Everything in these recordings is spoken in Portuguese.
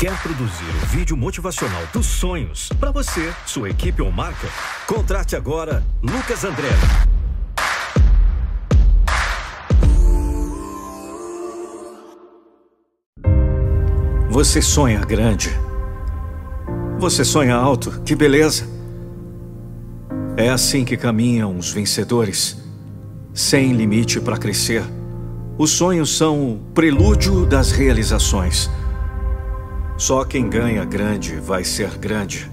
Quer produzir o vídeo motivacional dos sonhos para você, sua equipe ou marca? Contrate agora Lucas André. Você sonha grande. Você sonha alto. Que beleza. É assim que caminham os vencedores, sem limite para crescer. Os sonhos são o prelúdio das realizações. Só quem ganha grande vai ser grande.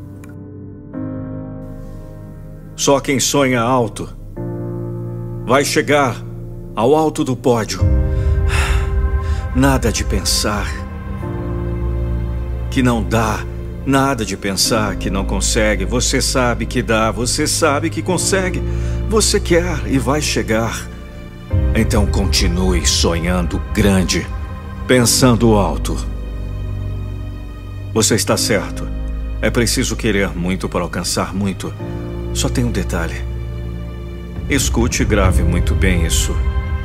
Só quem sonha alto vai chegar ao alto do pódio. Nada de pensar que não dá, nada de pensar que não consegue. Você sabe que dá, você sabe que consegue. Você quer e vai chegar. Então continue sonhando grande, pensando alto. Você está certo. É preciso querer muito para alcançar muito. Só tem um detalhe. Escute e grave muito bem isso.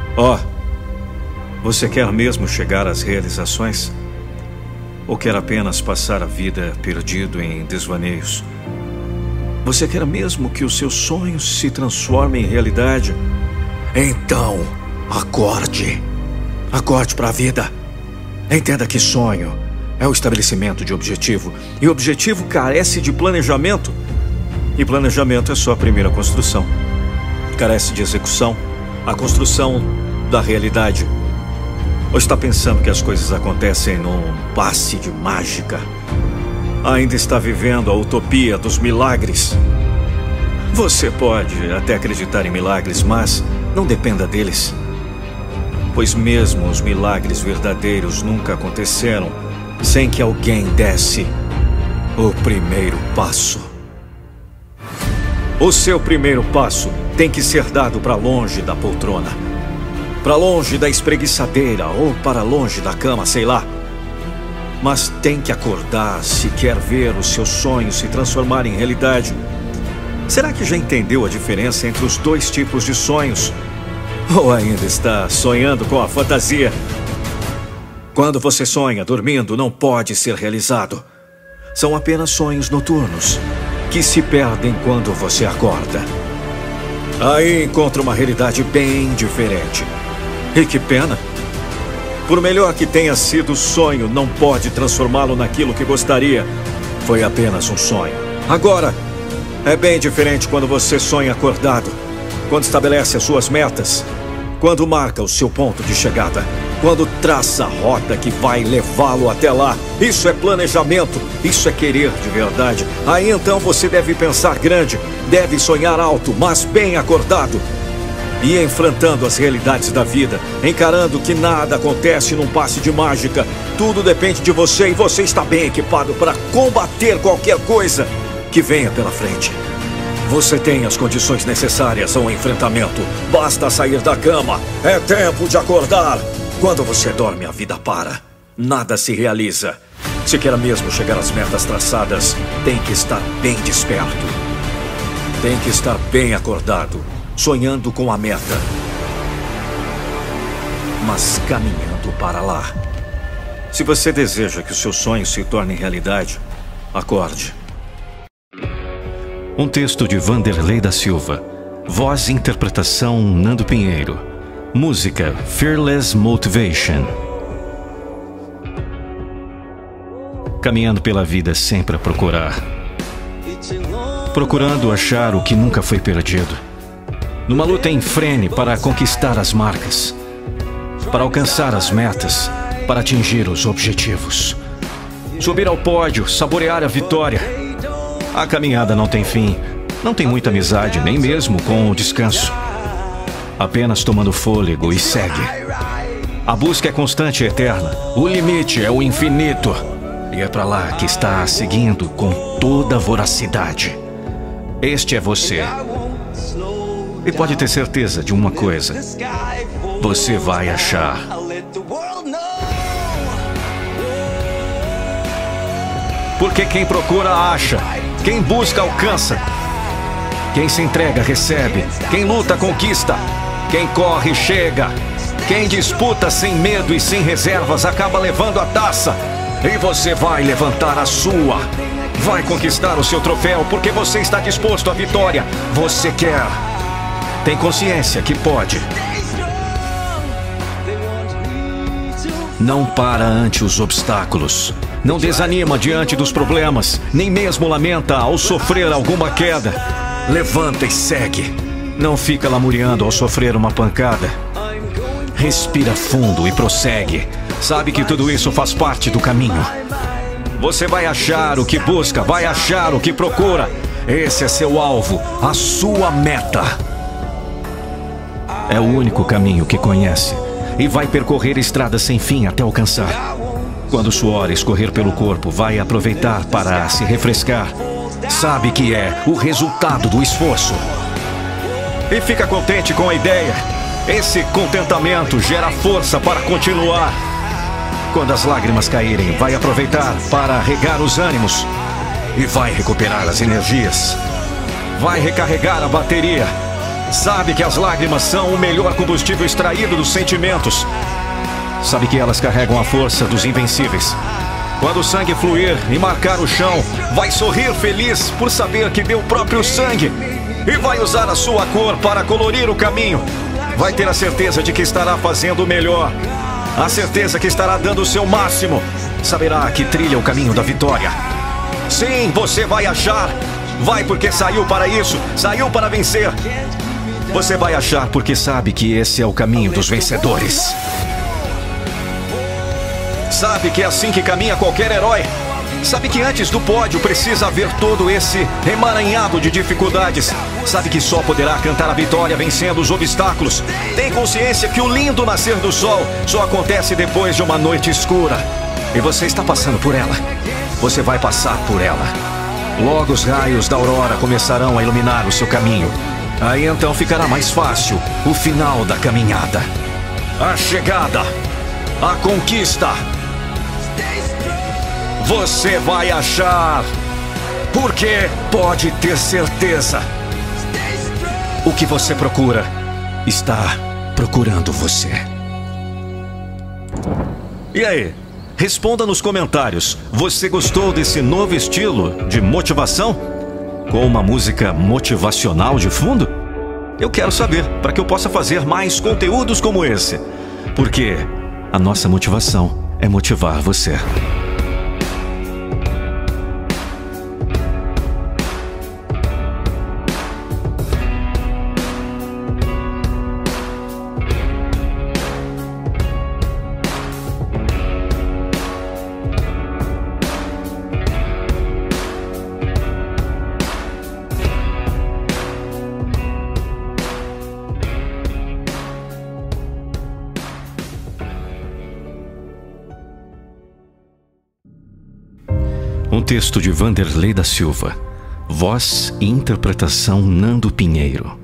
Você quer mesmo chegar às realizações? Ou quer apenas passar a vida perdido em desvaneios? Você quer mesmo que os seus sonhos se transformem em realidade? Então, acorde. Acorde para a vida. Entenda que sonho é o estabelecimento de objetivo. E o objetivo carece de planejamento. E planejamento é só a primeira construção. Carece de execução, a construção da realidade. Ou está pensando que as coisas acontecem num passe de mágica? Ainda está vivendo a utopia dos milagres. Você pode até acreditar em milagres, mas não dependa deles. Pois mesmo os milagres verdadeiros nunca aconteceram sem que alguém desse o primeiro passo. O seu primeiro passo tem que ser dado para longe da poltrona, para longe da espreguiçadeira ou para longe da cama, sei lá. Mas tem que acordar se quer ver os seus sonhos se transformarem em realidade. Será que já entendeu a diferença entre os dois tipos de sonhos? Ou ainda está sonhando com a fantasia? Quando você sonha dormindo, não pode ser realizado. São apenas sonhos noturnos que se perdem quando você acorda. Aí encontra uma realidade bem diferente. E que pena. Por melhor que tenha sido o sonho, não pode transformá-lo naquilo que gostaria. Foi apenas um sonho. Agora, é bem diferente quando você sonha acordado, quando estabelece as suas metas, quando marca o seu ponto de chegada, quando traça a rota que vai levá-lo até lá. Isso é planejamento, isso é querer de verdade. Aí então você deve pensar grande, deve sonhar alto, mas bem acordado. E enfrentando as realidades da vida, encarando que nada acontece num passe de mágica. Tudo depende de você e você está bem equipado para combater qualquer coisa que venha pela frente. Você tem as condições necessárias ao enfrentamento. Basta sair da cama. É tempo de acordar. Quando você dorme, a vida para. Nada se realiza. Se quer mesmo chegar às metas traçadas, tem que estar bem desperto. Tem que estar bem acordado, sonhando com a meta, mas caminhando para lá. Se você deseja que os seus sonhos se tornem realidade, acorde. Um texto de Vanderlei da Silva. Voz e interpretação Nando Pinheiro. Música Fearless Motivation. Caminhando pela vida sempre a procurar. Procurando achar o que nunca foi perdido. Numa luta em frene para conquistar as marcas, para alcançar as metas, para atingir os objetivos. Subir ao pódio, saborear a vitória. A caminhada não tem fim, não tem muita amizade, nem mesmo com o descanso. Apenas tomando fôlego e segue. A busca é constante e eterna, o limite é o infinito. E é para lá que está seguindo com toda a voracidade. Este é você. E pode ter certeza de uma coisa: você vai achar. Porque quem procura acha, quem busca alcança, quem se entrega recebe, quem luta conquista, quem corre chega, quem disputa sem medo e sem reservas acaba levando a taça. E você vai levantar a sua. Vai conquistar o seu troféu porque você está disposto à vitória. Você quer. Tem consciência que pode. Não para ante os obstáculos. Não desanima diante dos problemas, nem mesmo lamenta ao sofrer alguma queda. Levanta e segue. Não fica lamuriando ao sofrer uma pancada. Respira fundo e prossegue. Sabe que tudo isso faz parte do caminho. Você vai achar o que busca, vai achar o que procura. Esse é seu alvo, a sua meta. É o único caminho que conhece e vai percorrer estradas sem fim até alcançar. Quando o suor escorrer pelo corpo, vai aproveitar para se refrescar. Sabe que é o resultado do esforço. E fica contente com a ideia. Esse contentamento gera força para continuar. Quando as lágrimas caírem, vai aproveitar para regar os ânimos. E vai recuperar as energias. Vai recarregar a bateria. Sabe que as lágrimas são o melhor combustível extraído dos sentimentos. Sabe que elas carregam a força dos invencíveis. Quando o sangue fluir e marcar o chão, vai sorrir feliz por saber que deu o próprio sangue. E vai usar a sua cor para colorir o caminho. Vai ter a certeza de que estará fazendo o melhor. A certeza que estará dando o seu máximo. Saberá que trilha o caminho da vitória. Sim, você vai achar. Vai porque saiu para isso. Saiu para vencer. Você vai achar porque sabe que esse é o caminho dos vencedores. Sabe que é assim que caminha qualquer herói. Sabe que antes do pódio precisa haver todo esse emaranhado de dificuldades. Sabe que só poderá cantar a vitória vencendo os obstáculos. Tem consciência que o lindo nascer do sol só acontece depois de uma noite escura. E você está passando por ela. Você vai passar por ela. Logo os raios da aurora começarão a iluminar o seu caminho. Aí então ficará mais fácil o final da caminhada. A chegada. A conquista. Você vai achar. Porque pode ter certeza. O que você procura está procurando você. E aí? Responda nos comentários. Você gostou desse novo estilo de motivação? Com uma música motivacional de fundo? Eu quero saber, para que eu possa fazer mais conteúdos como esse. Porque a nossa motivação é motivar você. Um texto de Vanderlei da Silva. Voz e interpretação Nando Pinheiro.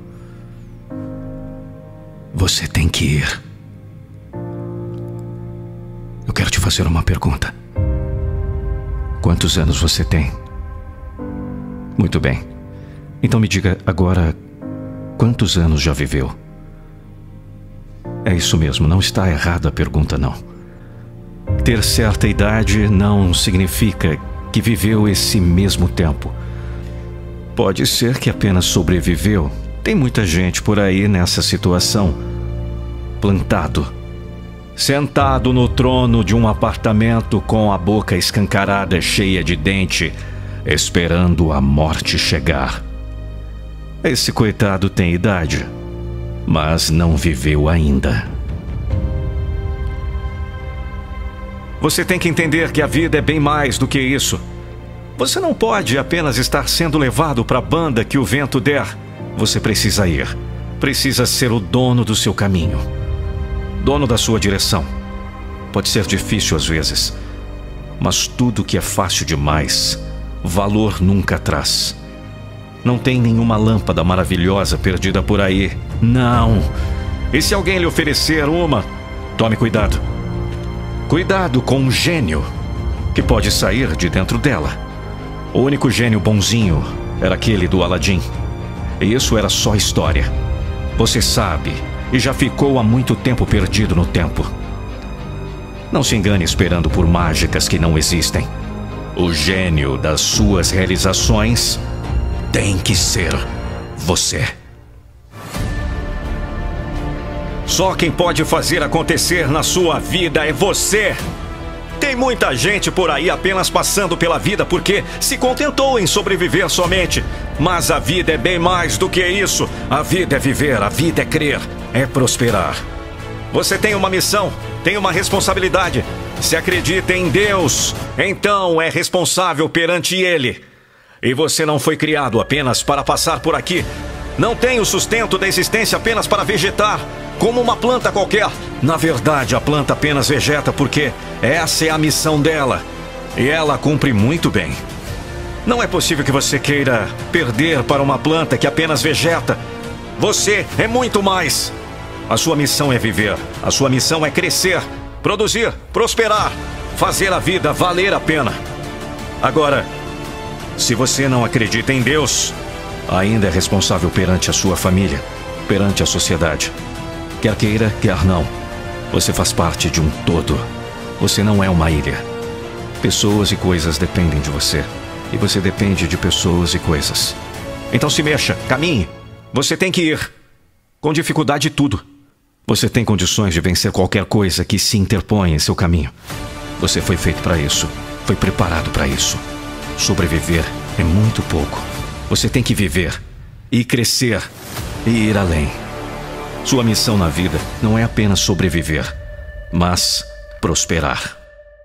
Você tem que ir. Eu quero te fazer uma pergunta. Quantos anos você tem? Muito bem. Então me diga agora, quantos anos já viveu? É isso mesmo, não está errada a pergunta, não. Ter certa idade não significa que viveu esse mesmo tempo. Pode ser que apenas sobreviveu. Tem muita gente por aí nessa situação. Plantado. Sentado no trono de um apartamento com a boca escancarada, cheia de dente, esperando a morte chegar. Esse coitado tem idade, mas não viveu ainda. Você tem que entender que a vida é bem mais do que isso. Você não pode apenas estar sendo levado para a banda que o vento der. Você precisa ir. Precisa ser o dono do seu caminho. Dono da sua direção. Pode ser difícil às vezes, mas tudo que é fácil demais, valor nunca traz. Não tem nenhuma lâmpada maravilhosa perdida por aí. Não. E se alguém lhe oferecer uma, tome cuidado. Cuidado com um gênio que pode sair de dentro dela. O único gênio bonzinho era aquele do Aladim. E isso era só história. Você sabe, e já ficou há muito tempo perdido no tempo. Não se engane esperando por mágicas que não existem. O gênio das suas realizações tem que ser você. Só quem pode fazer acontecer na sua vida é você. Tem muita gente por aí apenas passando pela vida porque se contentou em sobreviver somente. Mas a vida é bem mais do que isso. A vida é viver, a vida é crer, é prosperar. Você tem uma missão, tem uma responsabilidade. Se acredita em Deus, então é responsável perante Ele. E você não foi criado apenas para passar por aqui. Não tem o sustento da existência apenas para vegetar, como uma planta qualquer. Na verdade, a planta apenas vegeta porque essa é a missão dela. E ela cumpre muito bem. Não é possível que você queira perder para uma planta que apenas vegeta. Você é muito mais. A sua missão é viver. A sua missão é crescer, produzir, prosperar, fazer a vida valer a pena. Agora, se você não acredita em Deus, ainda é responsável perante a sua família, perante a sociedade. Quer queira, quer não. Você faz parte de um todo. Você não é uma ilha. Pessoas e coisas dependem de você. E você depende de pessoas e coisas. Então se mexa, caminhe. Você tem que ir. Com dificuldade e tudo. Você tem condições de vencer qualquer coisa que se interpõe em seu caminho. Você foi feito para isso. Foi preparado para isso. Sobreviver é muito pouco. Você tem que viver. E crescer. E ir além. Sua missão na vida não é apenas sobreviver, mas prosperar.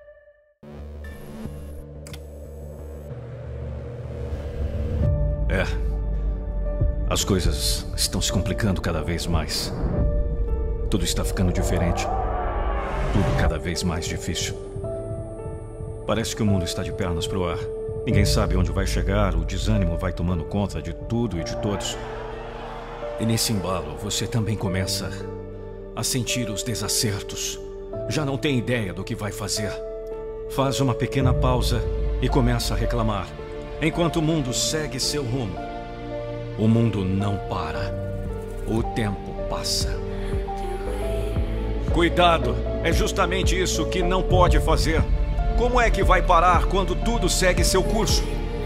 As coisas estão se complicando cada vez mais. Tudo está ficando diferente. Tudo cada vez mais difícil. Parece que o mundo está de pernas pro ar. Ninguém sabe onde vai chegar, o desânimo vai tomando conta de tudo e de todos. E nesse embalo, você também começa a sentir os desacertos. Já não tem ideia do que vai fazer. Faz uma pequena pausa e começa a reclamar. Enquanto o mundo segue seu rumo. O mundo não para. O tempo passa. Cuidado, é justamente isso que não pode fazer. Como é que vai parar quando tudo segue seu curso?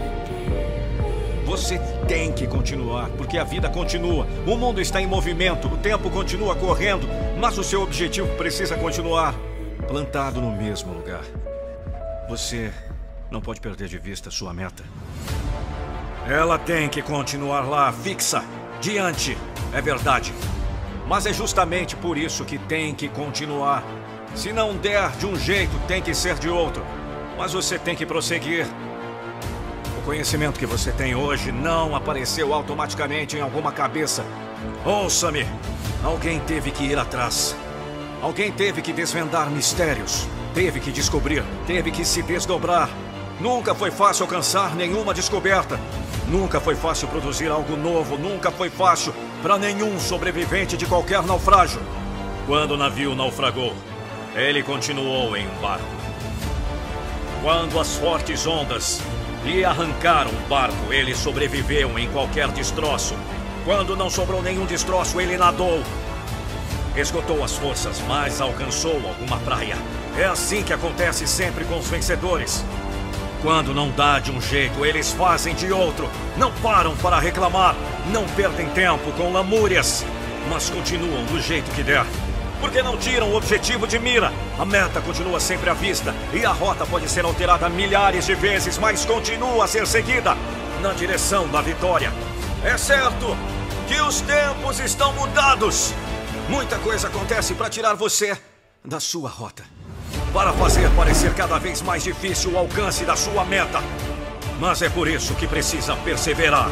Você tem que continuar, porque a vida continua. O mundo está em movimento, o tempo continua correndo, mas o seu objetivo precisa continuar plantado no mesmo lugar. Você não pode perder de vista sua meta. Ela tem que continuar lá, fixa, diante, é verdade. Mas é justamente por isso que tem que continuar. Se não der de um jeito, tem que ser de outro. Mas você tem que prosseguir. O conhecimento que você tem hoje não apareceu automaticamente em alguma cabeça. Ouça-me. Alguém teve que ir atrás. Alguém teve que desvendar mistérios. Teve que descobrir. Teve que se desdobrar. Nunca foi fácil alcançar nenhuma descoberta. Nunca foi fácil produzir algo novo. Nunca foi fácil para nenhum sobrevivente de qualquer naufrágio. Quando o navio naufragou, ele continuou em um barco. Quando as fortes ondas lhe arrancaram o barco, ele sobreviveu em qualquer destroço. Quando não sobrou nenhum destroço, ele nadou. Esgotou as forças, mas alcançou alguma praia. É assim que acontece sempre com os vencedores. Quando não dá de um jeito, eles fazem de outro. Não param para reclamar. Não perdem tempo com lamúrias. Mas continuam do jeito que der. Porque não tiram o objetivo de mira. A meta continua sempre à vista. E a rota pode ser alterada milhares de vezes, mas continua a ser seguida na direção da vitória. É certo que os tempos estão mudados. Muita coisa acontece para tirar você da sua rota. Para fazer parecer cada vez mais difícil o alcance da sua meta. Mas é por isso que precisa perseverar.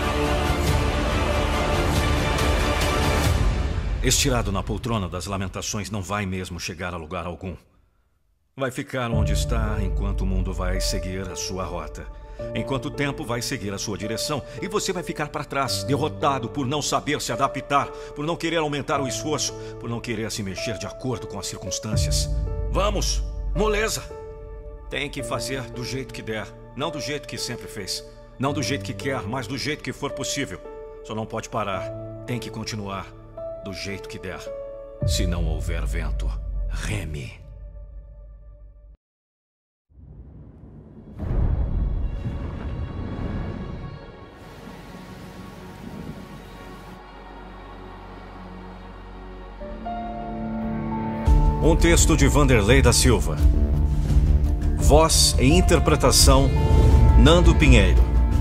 Estirado na poltrona das lamentações não vai mesmo chegar a lugar algum. Vai ficar onde está enquanto o mundo vai seguir a sua rota. Enquanto o tempo vai seguir a sua direção. E você vai ficar para trás, derrotado por não saber se adaptar, por não querer aumentar o esforço, por não querer se mexer de acordo com as circunstâncias. Vamos, moleza. Tem que fazer do jeito que der. Não do jeito que sempre fez. Não do jeito que quer, mas do jeito que for possível. Só não pode parar. Tem que continuar do jeito que der. Se não houver vento, reme. Um texto de Vanderlei da Silva. Voz e interpretação, Nando Pinheiro.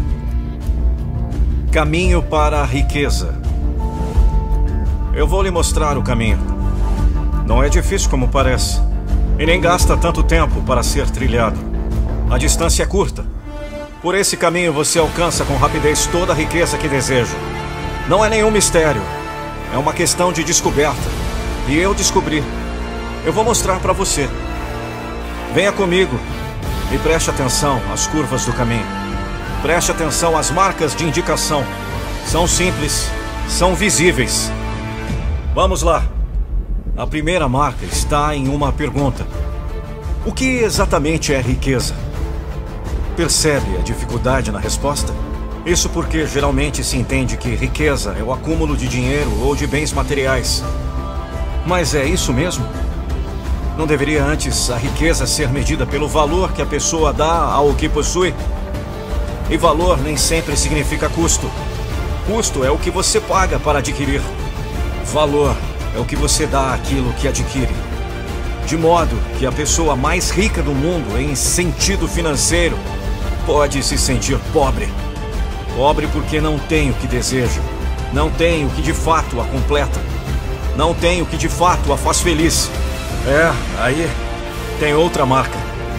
Caminho para a riqueza. Eu vou lhe mostrar o caminho. Não é difícil como parece. E nem gasta tanto tempo para ser trilhado. A distância é curta. Por esse caminho você alcança com rapidez toda a riqueza que deseja. Não é nenhum mistério. É uma questão de descoberta. E eu descobri. Eu vou mostrar para você. Venha comigo e preste atenção às curvas do caminho. Preste atenção às marcas de indicação. São simples, são visíveis. Vamos lá. A primeira marca está em uma pergunta. O que exatamente é riqueza? Percebe a dificuldade na resposta? Isso porque geralmente se entende que riqueza é o acúmulo de dinheiro ou de bens materiais. Mas é isso mesmo? Não deveria antes a riqueza ser medida pelo valor que a pessoa dá ao que possui? E valor nem sempre significa custo. Custo é o que você paga para adquirir. Valor é o que você dá àquilo que adquire. De modo que a pessoa mais rica do mundo, em sentido financeiro, pode se sentir pobre. Pobre porque não tem o que deseja. Não tem o que de fato a completa. Não tem o que de fato a faz feliz. Aí tem outra marca.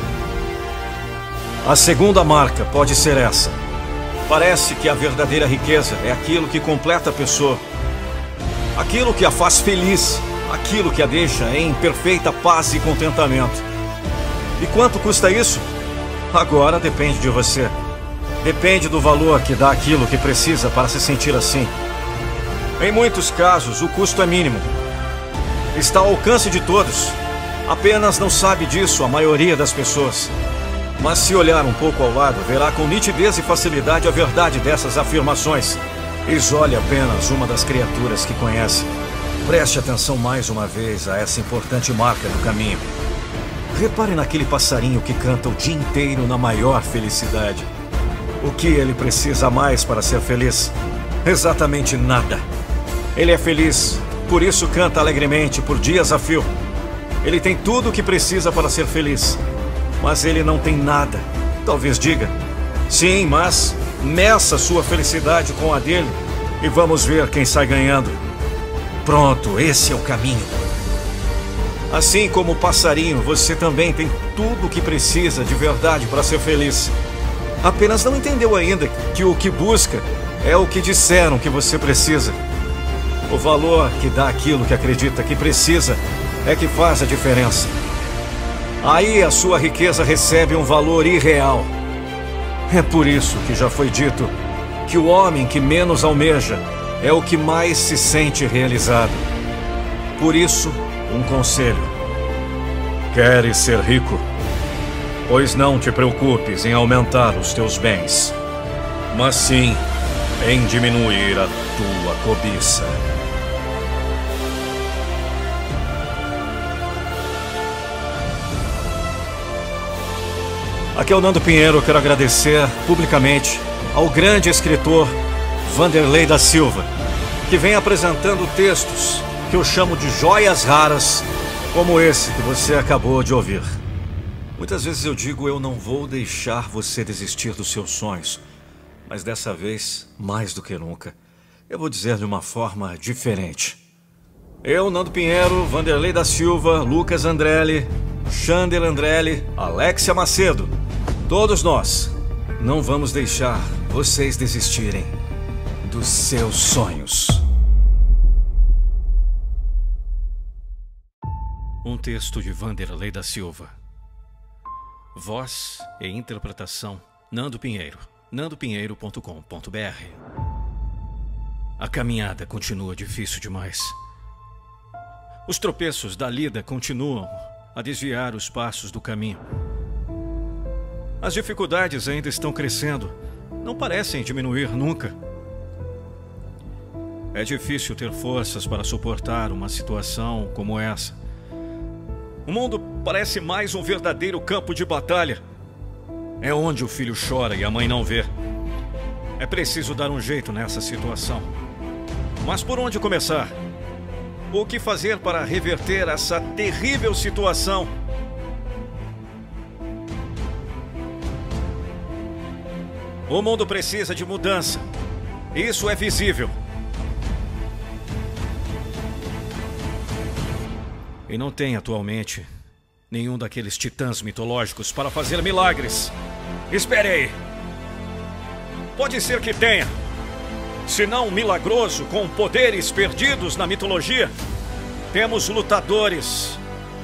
A segunda marca pode ser essa. Parece que a verdadeira riqueza é aquilo que completa a pessoa. Aquilo que a faz feliz. Aquilo que a deixa em perfeita paz e contentamento. E quanto custa isso? Agora depende de você. Depende do valor que dá aquilo que precisa para se sentir assim. Em muitos casos, o custo é mínimo. Está ao alcance de todos. Apenas não sabe disso a maioria das pessoas. Mas se olhar um pouco ao lado, verá com nitidez e facilidade a verdade dessas afirmações. Isole apenas uma das criaturas que conhece. Preste atenção mais uma vez a essa importante marca do caminho. Repare naquele passarinho que canta o dia inteiro na maior felicidade. O que ele precisa mais para ser feliz? Exatamente nada. Ele é feliz, por isso canta alegremente por dias a fio. Ele tem tudo o que precisa para ser feliz. Mas ele não tem nada. Talvez diga: sim, mas meça sua felicidade com a dele e vamos ver quem sai ganhando. Pronto, esse é o caminho. Assim como o passarinho, você também tem tudo o que precisa de verdade para ser feliz. Apenas não entendeu ainda que o que busca é o que disseram que você precisa. O valor que dá aquilo que acredita que precisa é que faz a diferença. Aí a sua riqueza recebe um valor irreal. É por isso que já foi dito que o homem que menos almeja é o que mais se sente realizado. Por isso, um conselho. Queres ser rico? Pois não te preocupes em aumentar os teus bens, mas sim em diminuir a tua cobiça. Aqui é o Nando Pinheiro. Eu quero agradecer publicamente ao grande escritor Vanderlei da Silva, que vem apresentando textos que eu chamo de joias raras, como esse que você acabou de ouvir. Muitas vezes eu digo: eu não vou deixar você desistir dos seus sonhos. Mas dessa vez, mais do que nunca, eu vou dizer de uma forma diferente. Eu, Nando Pinheiro, Vanderlei da Silva, Lucas Andrelli, Xander Andrelli, Alexia Macedo, todos nós não vamos deixar vocês desistirem dos seus sonhos. Um texto de Vanderlei da Silva. Voz e interpretação, Nando Pinheiro. nandopinheiro.com.br. A caminhada continua difícil demais. Os tropeços da lida continuam a desviar os passos do caminho. As dificuldades ainda estão crescendo, não parecem diminuir nunca. É difícil ter forças para suportar uma situação como essa. O mundo parece mais um verdadeiro campo de batalha. É onde o filho chora e a mãe não vê. É preciso dar um jeito nessa situação. Mas por onde começar? O que fazer para reverter essa terrível situação? O mundo precisa de mudança. Isso é visível. E não tem atualmente nenhum daqueles titãs mitológicos para fazer milagres. Espere aí. Pode ser que tenha. Se não milagroso, com poderes perdidos na mitologia. Temos lutadores.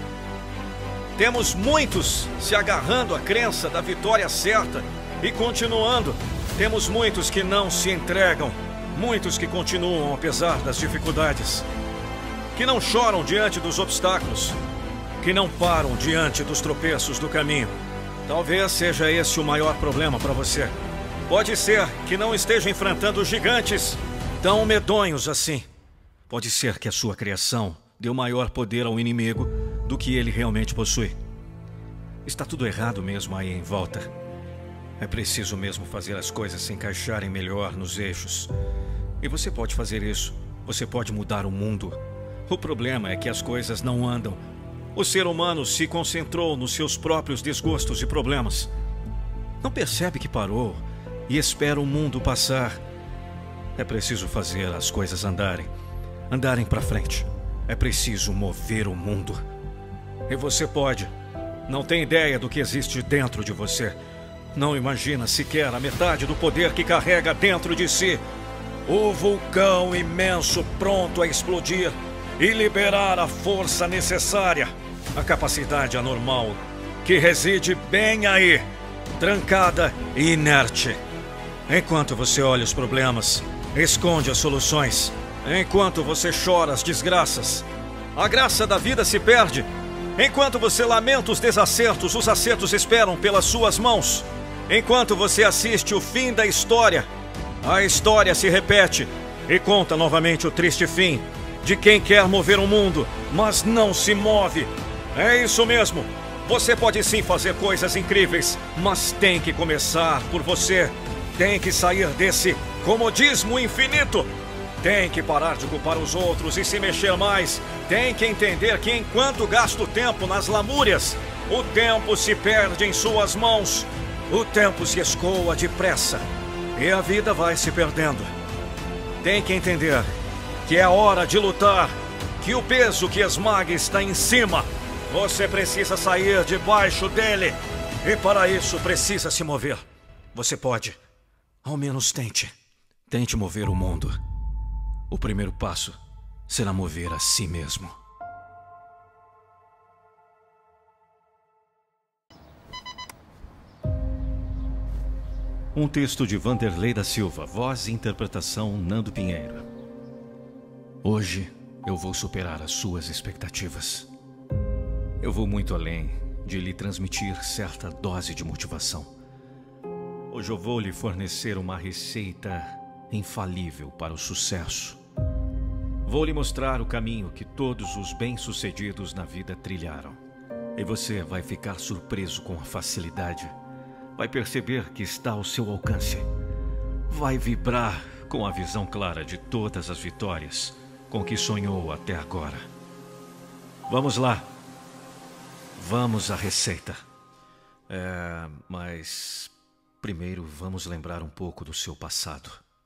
Temos muitos se agarrando à crença da vitória certa e continuando. Temos muitos que não se entregam. Muitos que continuam apesar das dificuldades. Que não choram diante dos obstáculos. Que não param diante dos tropeços do caminho. Talvez seja esse o maior problema para você. Pode ser que não esteja enfrentando gigantes tão medonhos assim. Pode ser que a sua criação deu maior poder ao inimigo do que ele realmente possui. Está tudo errado mesmo aí em volta. É preciso mesmo fazer as coisas se encaixarem melhor nos eixos. E você pode fazer isso. Você pode mudar o mundo. O problema é que as coisas não andam. O ser humano se concentrou nos seus próprios desgostos e problemas. Não percebe que parou e espera o mundo passar. É preciso fazer as coisas andarem para frente. É preciso mover o mundo. E você pode. Não tem ideia do que existe dentro de você. Não imagina sequer a metade do poder que carrega dentro de si. O vulcão imenso pronto a explodir e liberar a força necessária. A capacidade anormal que reside bem aí, trancada e inerte. Enquanto você olha os problemas, esconde as soluções. Enquanto você chora as desgraças, a graça da vida se perde. Enquanto você lamenta os desacertos, os acertos esperam pelas suas mãos. Enquanto você assiste o fim da história, a história se repete e conta novamente o triste fim de quem quer mover o mundo, mas não se move. É isso mesmo. Você pode sim fazer coisas incríveis, mas tem que começar por você. Tem que sair desse comodismo infinito. Tem que parar de culpar os outros e se mexer mais. Tem que entender que enquanto gasta o tempo nas lamúrias, o tempo se perde em suas mãos. O tempo se escoa depressa e a vida vai se perdendo. Tem que entender que é hora de lutar, que o peso que esmaga está em cima. Você precisa sair debaixo dele e para isso precisa se mover. Você pode. Ao menos tente. Tente mover o mundo. O primeiro passo será mover a si mesmo. Um texto de Vanderlei da Silva, voz e interpretação Nando Pinheiro. Hoje eu vou superar as suas expectativas. Eu vou muito além de lhe transmitir certa dose de motivação. Hoje eu vou lhe fornecer uma receita infalível para o sucesso. Vou lhe mostrar o caminho que todos os bem-sucedidos na vida trilharam. E você vai ficar surpreso com a facilidade. Vai perceber que está ao seu alcance. Vai vibrar com a visão clara de todas as vitórias com que sonhou até agora. Vamos lá. Vamos à receita. Mas primeiro vamos lembrar um pouco do seu passado.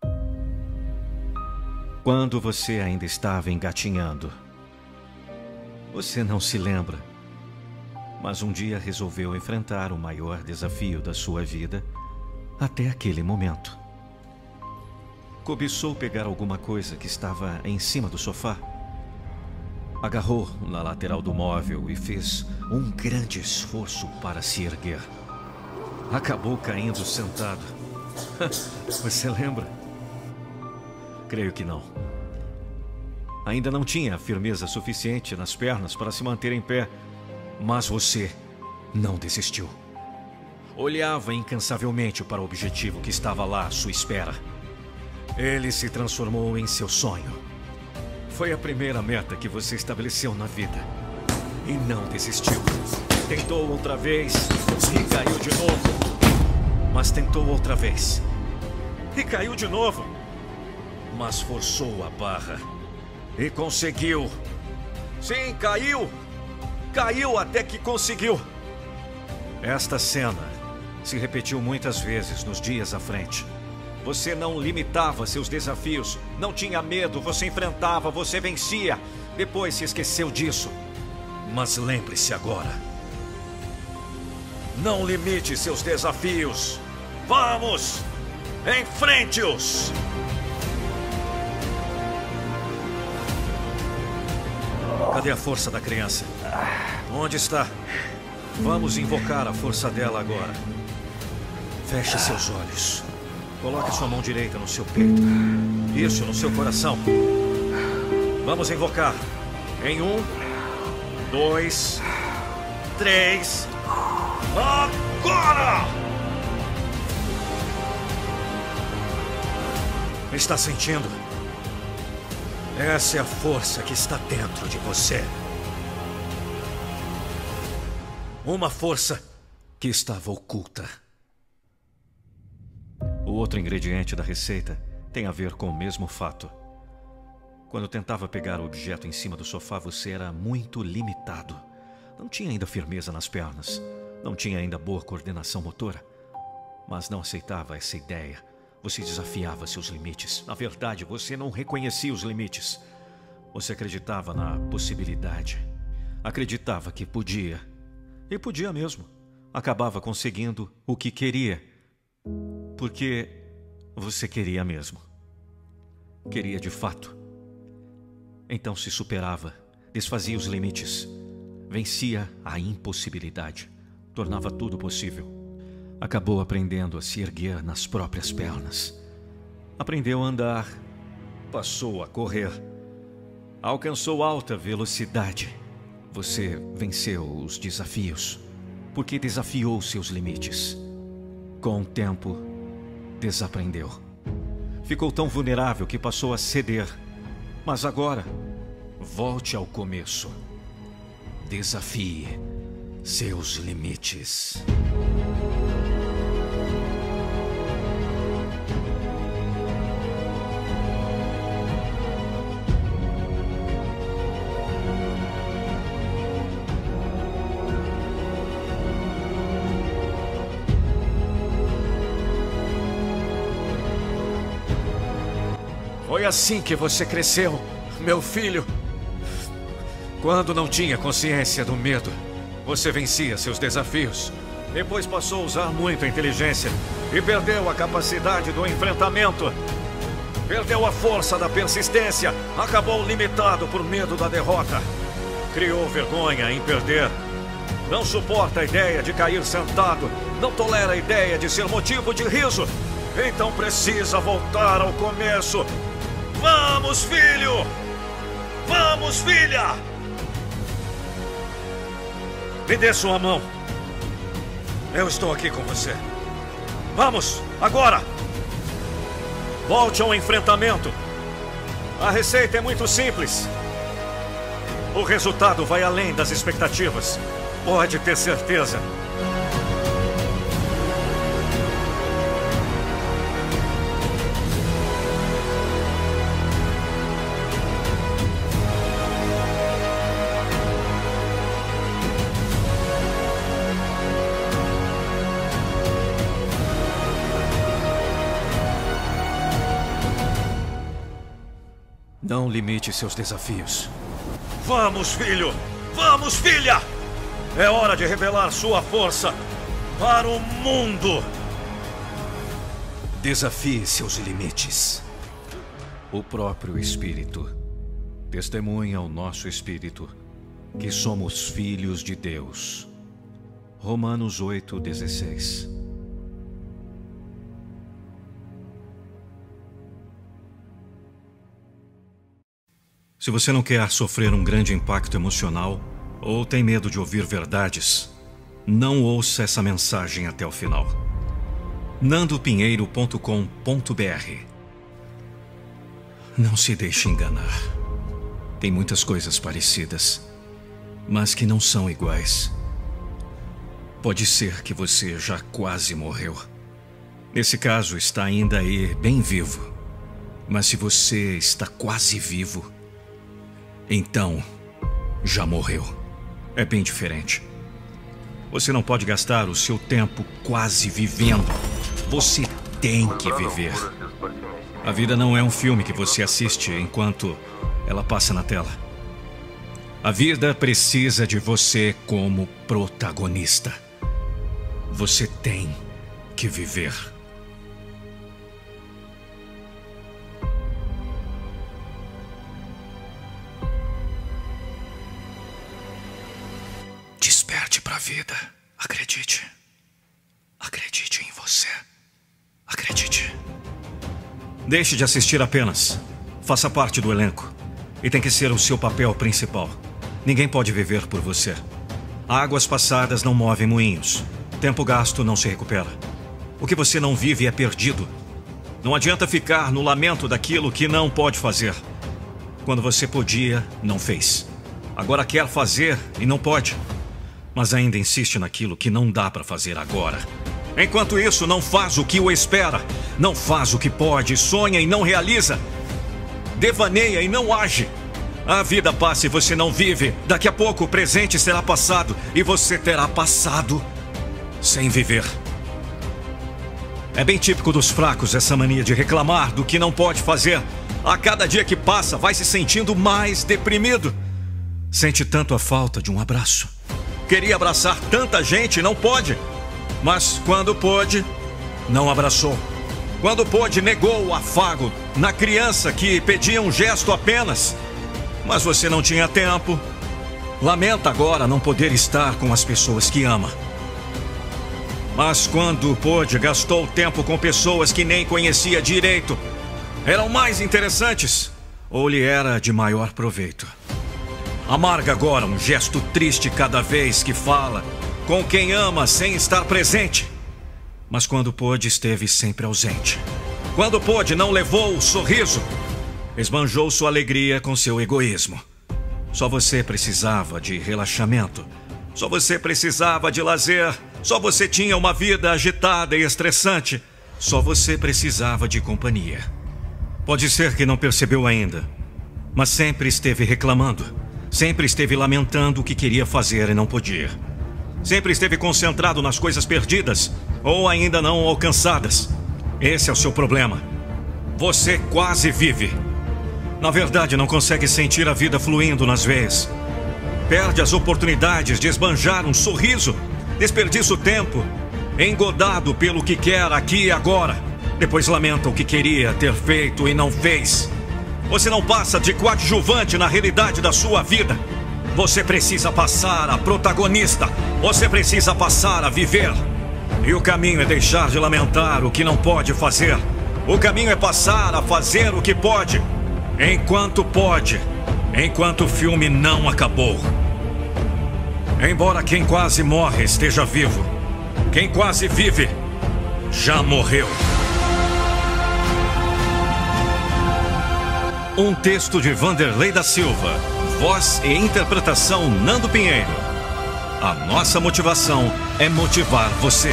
Quando você ainda estava engatinhando, você não se lembra, mas um dia resolveu enfrentar o maior desafio da sua vida até aquele momento. Cobiçou pegar alguma coisa que estava em cima do sofá. Agarrou na lateral do móvel e fez um grande esforço para se erguer. Acabou caindo sentado. Você lembra? Creio que não. Ainda não tinha firmeza suficiente nas pernas para se manter em pé, mas você não desistiu. Olhava incansavelmente para o objetivo que estava lá à sua espera. Ele se transformou em seu sonho. Foi a primeira meta que você estabeleceu na vida. E não desistiu. Tentou outra vez e caiu de novo. Mas tentou outra vez. E caiu de novo. Mas forçou a barra. E conseguiu. Sim, caiu. Caiu até que conseguiu. Esta cena se repetiu muitas vezes nos dias à frente. Você não limitava seus desafios, não tinha medo, você enfrentava, você vencia. Depois se esqueceu disso. Mas lembre-se agora. Não limite seus desafios. Vamos! Enfrente-os! Cadê a força da criança? Onde está? Vamos invocar a força dela agora. Feche seus olhos. Coloque sua mão direita no seu peito. Isso, no seu coração. Vamos invocar. Em 1, 2, 3. Agora! Está sentindo? Essa é a força que está dentro de você. Uma força que estava oculta. O outro ingrediente da receita tem a ver com o mesmo fato. Quando tentava pegar o objeto em cima do sofá, você era muito limitado. Não tinha ainda firmeza nas pernas. Não tinha ainda boa coordenação motora. Mas não aceitava essa ideia. Você desafiava seus limites. Na verdade, você não reconhecia os limites. Você acreditava na possibilidade. Acreditava que podia. E podia mesmo. Acabava conseguindo o que queria. Porque você queria mesmo. Queria de fato. Então se superava, desfazia os limites, vencia a impossibilidade, tornava tudo possível. Acabou aprendendo a se erguer nas próprias pernas. Aprendeu a andar, passou a correr, alcançou alta velocidade. Você venceu os desafios, porque desafiou seus limites. Com o tempo, desaprendeu. Ficou tão vulnerável que passou a ceder. Mas agora, volte ao começo. Desafie seus limites. Foi assim que você cresceu, meu filho. Quando não tinha consciência do medo, você vencia seus desafios. Depois passou a usar muito a inteligência e perdeu a capacidade do enfrentamento. Perdeu a força da persistência. Acabou limitado por medo da derrota. Criou vergonha em perder. Não suporta a ideia de cair sentado. Não tolera a ideia de ser motivo de riso. Então precisa voltar ao começo. Vamos, filho! Vamos, filha! Me dê sua mão. Eu estou aqui com você. Vamos, agora! Volte ao enfrentamento. A receita é muito simples. O resultado vai além das expectativas. Pode ter certeza. Não limite seus desafios. Vamos, filho! Vamos, filha! É hora de revelar sua força para o mundo! Desafie seus limites. O próprio Espírito testemunha ao nosso Espírito que somos filhos de Deus. Romanos 8:16. Se você não quer sofrer um grande impacto emocional ou tem medo de ouvir verdades, não ouça essa mensagem até o final. nandopinheiro.com.br. Não se deixe enganar. Tem muitas coisas parecidas, mas que não são iguais. Pode ser que você já quase morreu. Nesse caso, está ainda aí bem vivo. Mas se você está quase vivo, então já morreu. É bem diferente. Você não pode gastar o seu tempo quase vivendo. Você tem que viver. A vida não é um filme que você assiste enquanto ela passa na tela. A vida precisa de você como protagonista. Você tem que viver. Desperte para a vida. Acredite. Acredite em você. Acredite. Deixe de assistir apenas. Faça parte do elenco. E tem que ser o seu papel principal. Ninguém pode viver por você. Águas passadas não movem moinhos. Tempo gasto não se recupera. O que você não vive é perdido. Não adianta ficar no lamento daquilo que não pode fazer. Quando você podia, não fez. Agora quer fazer e não pode. Mas ainda insiste naquilo que não dá para fazer agora. Enquanto isso, não faz o que o espera. Não faz o que pode, sonha e não realiza. Devaneia e não age. A vida passa e você não vive. Daqui a pouco o presente será passado e você terá passado sem viver. É bem típico dos fracos essa mania de reclamar do que não pode fazer. A cada dia que passa, vai se sentindo mais deprimido. Sente tanto a falta de um abraço. Queria abraçar tanta gente e não pode. Mas quando pôde, não abraçou. Quando pôde, negou o afago na criança que pedia um gesto apenas. Mas você não tinha tempo. Lamenta agora não poder estar com as pessoas que ama. Mas quando pôde, gastou tempo com pessoas que nem conhecia direito. Eram mais interessantes ou lhe era de maior proveito. Amarga agora um gesto triste cada vez que fala com quem ama sem estar presente. Mas quando pôde, esteve sempre ausente. Quando pôde, não levou o sorriso. Esbanjou sua alegria com seu egoísmo. Só você precisava de relaxamento. Só você precisava de lazer. Só você tinha uma vida agitada e estressante. Só você precisava de companhia. Pode ser que não percebeu ainda, mas sempre esteve reclamando. Sempre esteve lamentando o que queria fazer e não podia. Sempre esteve concentrado nas coisas perdidas ou ainda não alcançadas. Esse é o seu problema. Você quase vive. Na verdade, não consegue sentir a vida fluindo nas veias. Perde as oportunidades de esbanjar um sorriso. Desperdiça o tempo, engodado pelo que quer aqui e agora. Depois lamenta o que queria ter feito e não fez. Você não passa de coadjuvante na realidade da sua vida. Você precisa passar a protagonista. Você precisa passar a viver. E o caminho é deixar de lamentar o que não pode fazer. O caminho é passar a fazer o que pode. Enquanto pode. Enquanto o filme não acabou. Embora quem quase morre esteja vivo, quem quase vive já morreu. Um texto de Vanderlei da Silva. Voz e interpretação Nando Pinheiro. A nossa motivação é motivar você.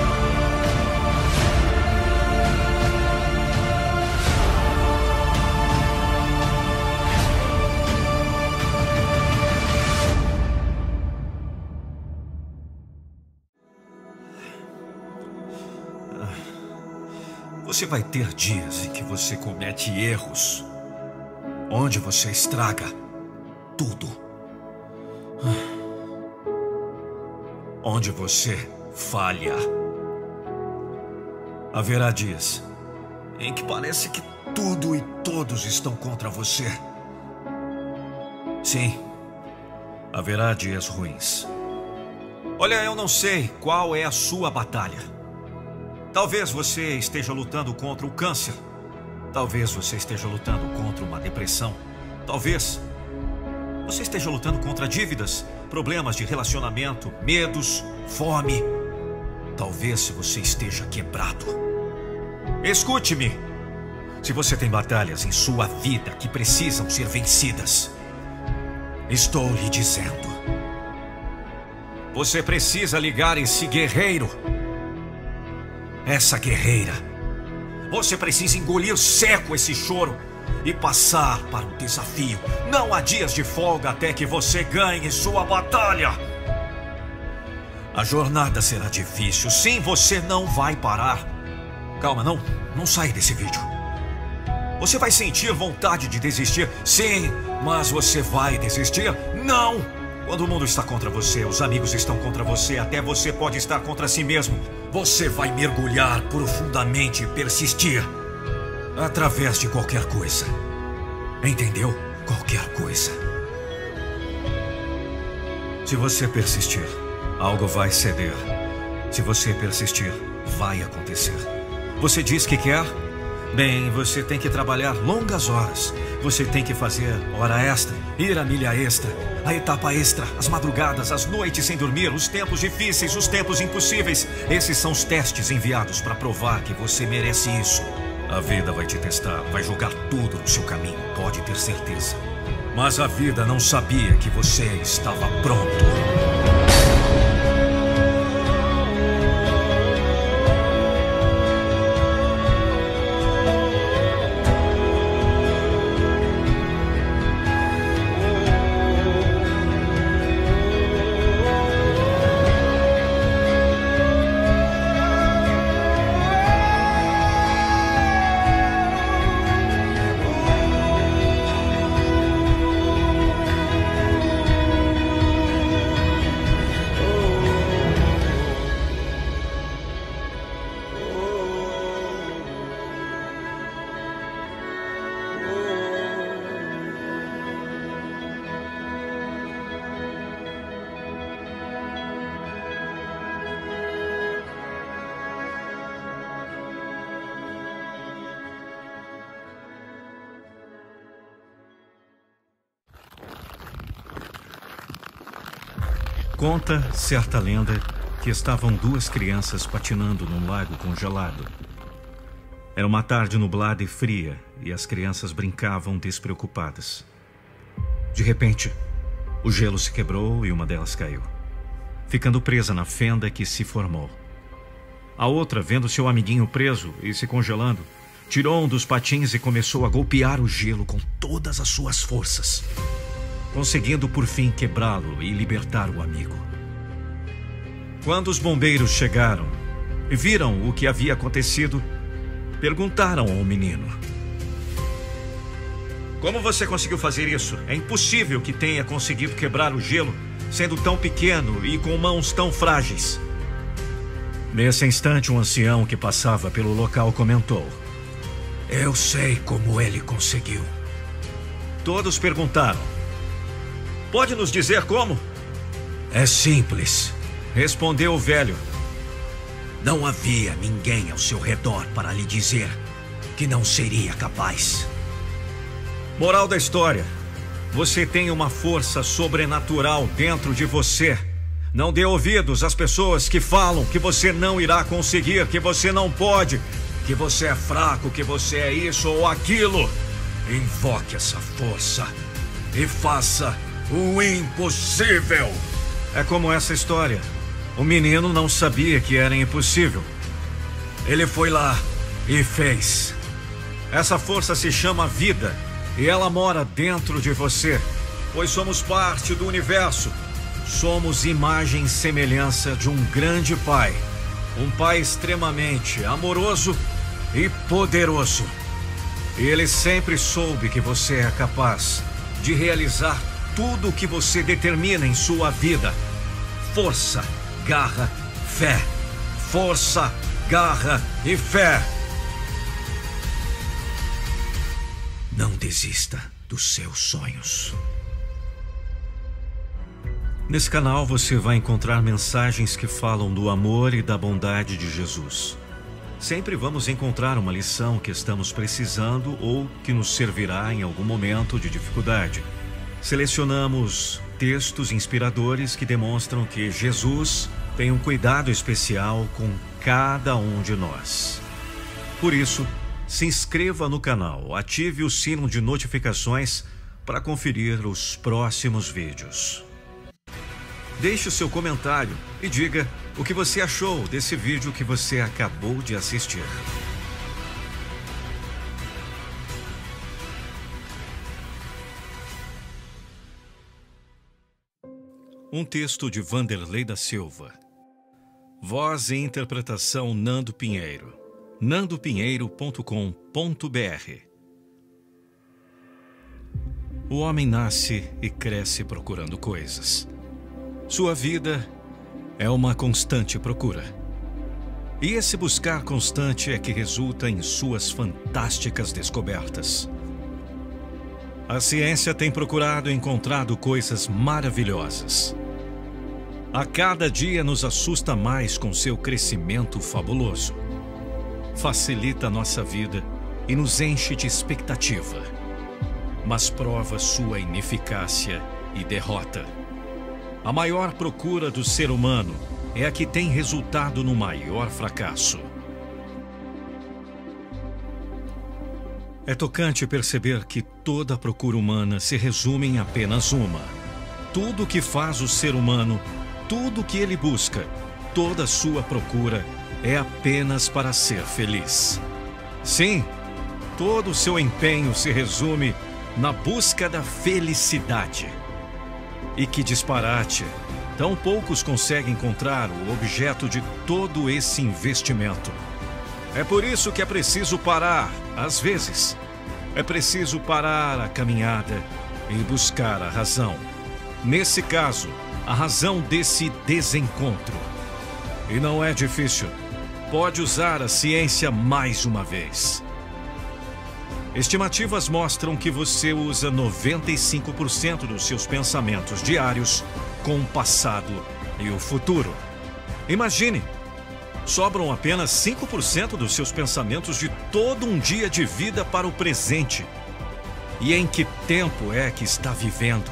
Você vai ter dias em que você comete erros, onde você estraga tudo, onde você falha. Haverá dias em que parece que tudo e todos estão contra você. Sim, haverá dias ruins. Olha, eu não sei qual é a sua batalha. Talvez você esteja lutando contra o câncer. Talvez você esteja lutando contra uma depressão. Talvez você esteja lutando contra dívidas, problemas de relacionamento, medos, fome. Talvez você esteja quebrado. Escute-me. Se você tem batalhas em sua vida que precisam ser vencidas, estou lhe dizendo. Você precisa ligar esse guerreiro. Essa guerreira. Você precisa engolir seco esse choro. e passar para o desafio. Não há dias de folga até que você ganhe sua batalha. A jornada será difícil. Sim, você não vai parar. Calma, não sai desse vídeo. Você vai sentir vontade de desistir? Sim, mas você vai desistir? Não! Quando o mundo está contra você, os amigos estão contra você, até você pode estar contra si mesmo. Você vai mergulhar profundamente e persistir. Através de qualquer coisa. Entendeu? Qualquer coisa. Se você persistir, algo vai ceder. Se você persistir, vai acontecer. Você diz que quer? Bem, você tem que trabalhar longas horas. Você tem que fazer hora extra, ir a milha extra, a etapa extra, as madrugadas, as noites sem dormir, os tempos difíceis, os tempos impossíveis. Esses são os testes enviados para provar que você merece isso. A vida vai te testar, vai jogar tudo no seu caminho, pode ter certeza. Mas a vida não sabia que você estava pronto. Conta certa lenda que estavam duas crianças patinando num lago congelado. Era uma tarde nublada e fria e as crianças brincavam despreocupadas. De repente, o gelo se quebrou e uma delas caiu, ficando presa na fenda que se formou. A outra, vendo seu amiguinho preso e se congelando, tirou um dos patins e começou a golpear o gelo com todas as suas forças, conseguindo por fim quebrá-lo e libertar o amigo. Quando os bombeiros chegaram e viram o que havia acontecido, perguntaram ao menino: "Como você conseguiu fazer isso? É impossível que tenha conseguido quebrar o gelo, sendo tão pequeno e com mãos tão frágeis." Nesse instante, um ancião que passava pelo local comentou: "Eu sei como ele conseguiu." Todos perguntaram: "Pode nos dizer como?" "É simples", respondeu o velho. Não havia ninguém ao seu redor para lhe dizer que não seria capaz. Moral da história: você tem uma força sobrenatural dentro de você. Não dê ouvidos às pessoas que falam que você não irá conseguir, que você não pode, que você é fraco, que você é isso ou aquilo. Invoque essa força e faça o impossível. É como essa história. O menino não sabia que era impossível. Ele foi lá e fez. Essa força se chama vida e ela mora dentro de você, pois somos parte do universo. Somos imagem e semelhança de um grande pai. Um pai extremamente amoroso e poderoso. E ele sempre soube que você é capaz de realizar tudo o que você determina em sua vida. Força, garra, fé. Força, garra e fé. Não desista dos seus sonhos. Nesse canal você vai encontrar mensagens que falam do amor e da bondade de Jesus. Sempre vamos encontrar uma lição que estamos precisando ou que nos servirá em algum momento de dificuldade. Selecionamos textos inspiradores que demonstram que Jesus tem um cuidado especial com cada um de nós. Por isso, se inscreva no canal, ative o sino de notificações para conferir os próximos vídeos. Deixe o seu comentário e diga o que você achou desse vídeo que você acabou de assistir. Um texto de Vanderlei da Silva. Voz e interpretação Nando Pinheiro. nandopinheiro.com.br. O homem nasce e cresce procurando coisas. Sua vida é uma constante procura. E esse buscar constante é que resulta em suas fantásticas descobertas. A ciência tem procurado e encontrado coisas maravilhosas. A cada dia nos assusta mais com seu crescimento fabuloso. Facilita nossa vida e nos enche de expectativa, mas prova sua ineficácia e derrota. A maior procura do ser humano é a que tem resultado no maior fracasso. É tocante perceber que toda a procura humana se resume em apenas uma. Tudo o que faz o ser humano, tudo o que ele busca, toda a sua procura é apenas para ser feliz. Sim, todo o seu empenho se resume na busca da felicidade. E que disparate! Tão poucos conseguem encontrar o objeto de todo esse investimento. É por isso que é preciso parar, às vezes. É preciso parar a caminhada e buscar a razão. Nesse caso, a razão desse desencontro. E não é difícil. Pode usar a ciência mais uma vez. Estimativas mostram que você usa 95% dos seus pensamentos diários com o passado e o futuro. Imagine! Sobram apenas 5% dos seus pensamentos de todo um dia de vida para o presente. E em que tempo é que está vivendo?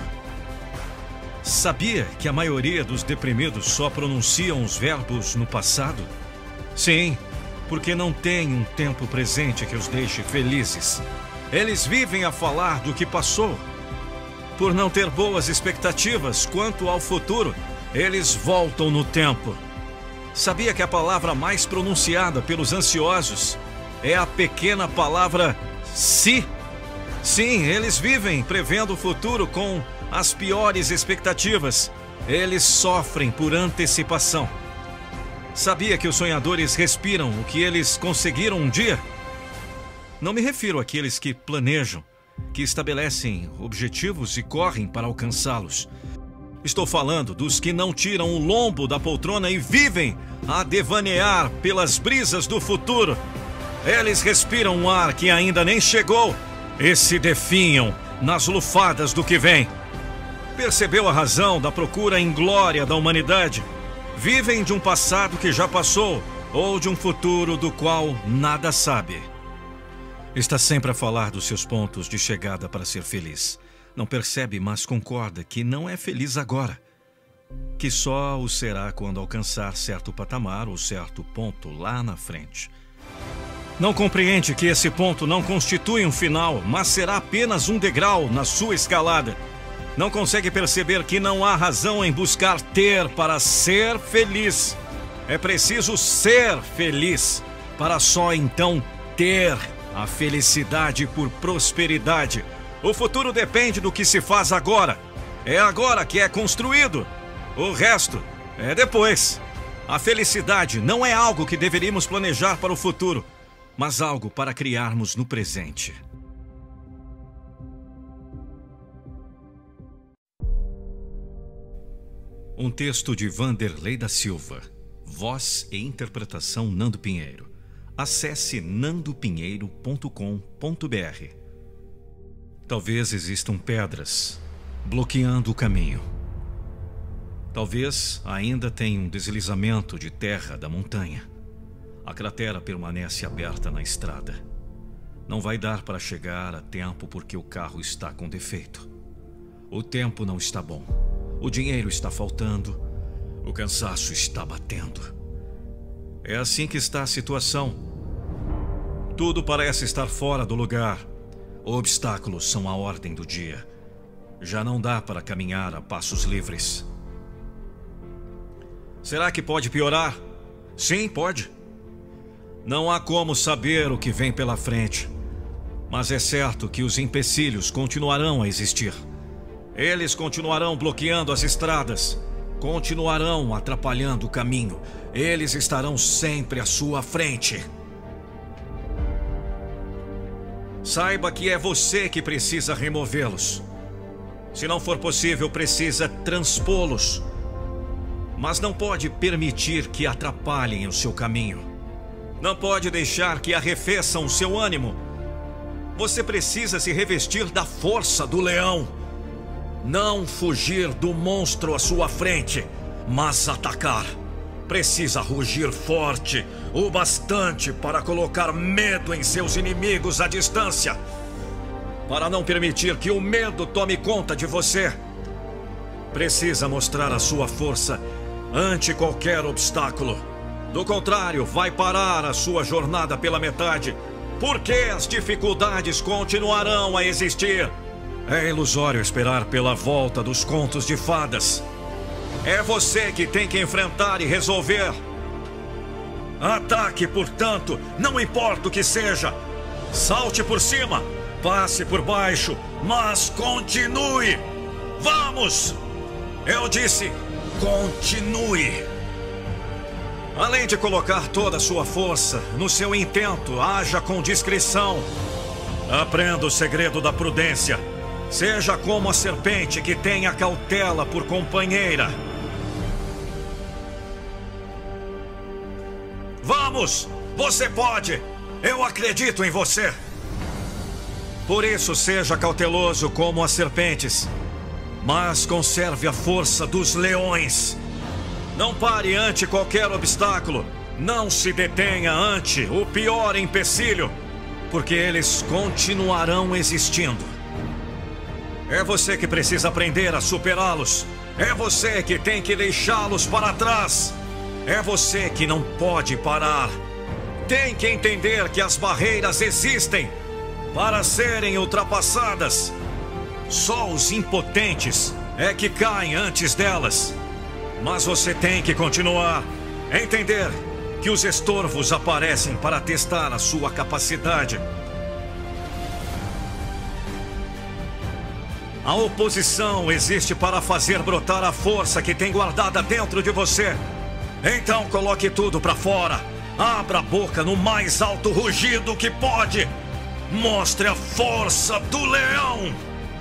Sabia que a maioria dos deprimidos só pronunciam os verbos no passado? Sim, porque não tem um tempo presente que os deixe felizes. Eles vivem a falar do que passou. Por não ter boas expectativas quanto ao futuro, eles voltam no tempo. Sabia que a palavra mais pronunciada pelos ansiosos é a pequena palavra se? Sim, eles vivem prevendo o futuro com as piores expectativas. Eles sofrem por antecipação. Sabia que os sonhadores respiram o que eles conseguiram um dia? Não me refiro àqueles que planejam, que estabelecem objetivos e correm para alcançá-los. Estou falando dos que não tiram o lombo da poltrona e vivem a devanear pelas brisas do futuro. Eles respiram um ar que ainda nem chegou e se definham nas lufadas do que vem. Percebeu a razão da procura inglória da humanidade? Vivem de um passado que já passou ou de um futuro do qual nada sabe. Está sempre a falar dos seus pontos de chegada para ser feliz. Não percebe, mas concorda que não é feliz agora. Que só o será quando alcançar certo patamar ou certo ponto lá na frente. Não compreende que esse ponto não constitui um final, mas será apenas um degrau na sua escalada. Não consegue perceber que não há razão em buscar ter para ser feliz. É preciso ser feliz para só então ter a felicidade por prosperidade. O futuro depende do que se faz agora. É agora que é construído. O resto é depois. A felicidade não é algo que deveríamos planejar para o futuro, mas algo para criarmos no presente. Um texto de Vanderlei da Silva. Voz e interpretação Nando Pinheiro. Acesse nandopinheiro.com.br. Talvez existam pedras bloqueando o caminho. Talvez ainda tenha um deslizamento de terra da montanha. A cratera permanece aberta na estrada. Não vai dar para chegar a tempo porque o carro está com defeito. O tempo não está bom. O dinheiro está faltando. O cansaço está batendo. É assim que está a situação. Tudo parece estar fora do lugar. Obstáculos são a ordem do dia. Já não dá para caminhar a passos livres. Será que pode piorar? Sim, pode. Não há como saber o que vem pela frente. Mas é certo que os empecilhos continuarão a existir. Eles continuarão bloqueando as estradas. continuarão atrapalhando o caminho. Eles estarão sempre à sua frente. Saiba que é você que precisa removê-los. Se não for possível, precisa transpô-los. Mas não pode permitir que atrapalhem o seu caminho. Não pode deixar que arrefeçam o seu ânimo. Você precisa se revestir da força do leão. Não fugir do monstro à sua frente, mas atacar. Precisa rugir forte, o bastante para colocar medo em seus inimigos à distância. Para não permitir que o medo tome conta de você. Precisa mostrar a sua força ante qualquer obstáculo. Do contrário, vai parar a sua jornada pela metade, porque as dificuldades continuarão a existir. É ilusório esperar pela volta dos contos de fadas. É você que tem que enfrentar e resolver. Ataque, portanto, não importa o que seja. Salte por cima, passe por baixo, mas continue. Vamos! Eu disse, continue. Além de colocar toda a sua força no seu intento, haja com discrição. Aprenda o segredo da prudência. Seja como a serpente que tem a cautela por companheira. Vamos! Você pode! Eu acredito em você! Por isso, seja cauteloso como as serpentes, mas conserve a força dos leões. Não pare ante qualquer obstáculo. Não se detenha ante o pior empecilho, porque eles continuarão existindo. É você que precisa aprender a superá-los. É você que tem que deixá-los para trás. É você que não pode parar. Tem que entender que as barreiras existem para serem ultrapassadas. Só os impotentes é que caem antes delas. Mas você tem que continuar. Entender que os estorvos aparecem para testar a sua capacidade. A oposição existe para fazer brotar a força que tem guardada dentro de você. Então coloque tudo para fora. Abra a boca no mais alto rugido que pode. Mostre a força do leão.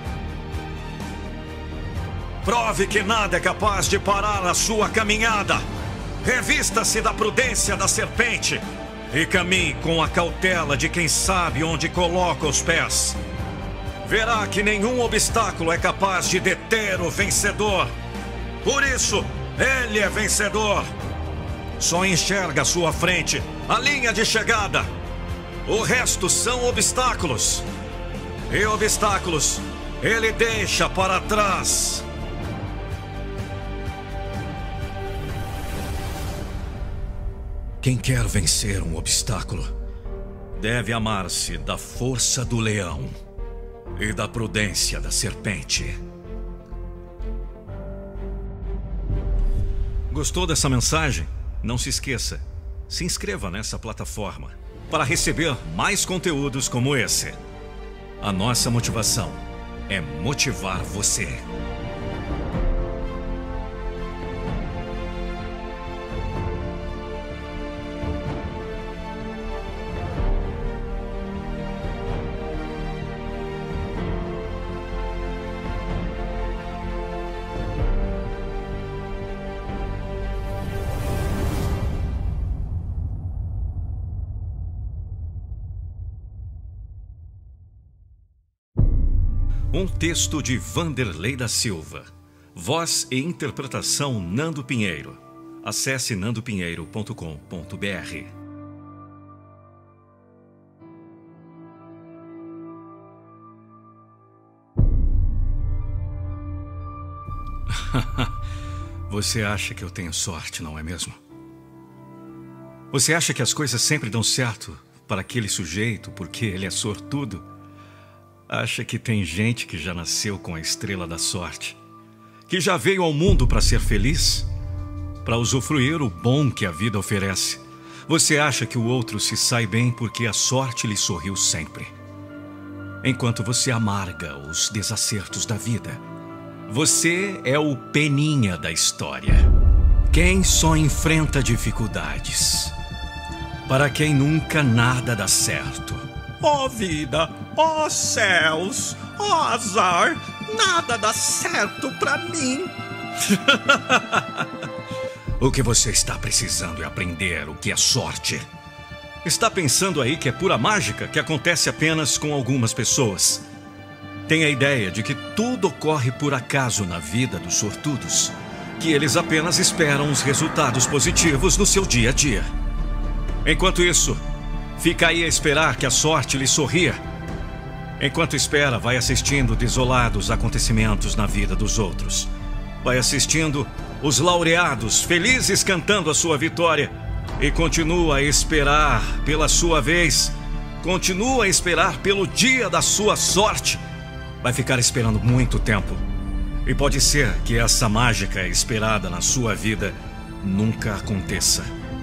Prove que nada é capaz de parar a sua caminhada. Revista-se da prudência da serpente e caminhe com a cautela de quem sabe onde coloca os pés. Verá que nenhum obstáculo é capaz de deter o vencedor. Por isso, ele é vencedor. Só enxerga à sua frente a linha de chegada. O resto são obstáculos. E obstáculos ele deixa para trás. Quem quer vencer um obstáculo deve amar-se da força do leão e da prudência da serpente. Gostou dessa mensagem? Não se esqueça, se inscreva nessa plataforma para receber mais conteúdos como esse. A nossa motivação é motivar você. Um texto de Vanderlei da Silva. Voz e interpretação Nando Pinheiro. Acesse nandopinheiro.com.br. Você acha que eu tenho sorte, não é mesmo? Você acha que as coisas sempre dão certo para aquele sujeito porque ele é sortudo? Acha que tem gente que já nasceu com a estrela da sorte, que já veio ao mundo para ser feliz, para usufruir o bom que a vida oferece. Você acha que o outro se sai bem porque a sorte lhe sorriu sempre, enquanto você amarga os desacertos da vida. Você é o Peninha da história. Quem só enfrenta dificuldades. Para quem nunca nada dá certo. Ó vida, ó céus, ó azar, nada dá certo pra mim. O que você está precisando é aprender o que é sorte. Está pensando aí que é pura mágica que acontece apenas com algumas pessoas. Tem a ideia de que tudo ocorre por acaso na vida dos sortudos, que eles apenas esperam os resultados positivos no seu dia a dia. Enquanto isso, fica aí a esperar que a sorte lhe sorria. Enquanto espera, vai assistindo desolados acontecimentos na vida dos outros. Vai assistindo os laureados felizes cantando a sua vitória. E continua a esperar pela sua vez. Continua a esperar pelo dia da sua sorte. Vai ficar esperando muito tempo. E pode ser que essa mágica esperada na sua vida nunca aconteça.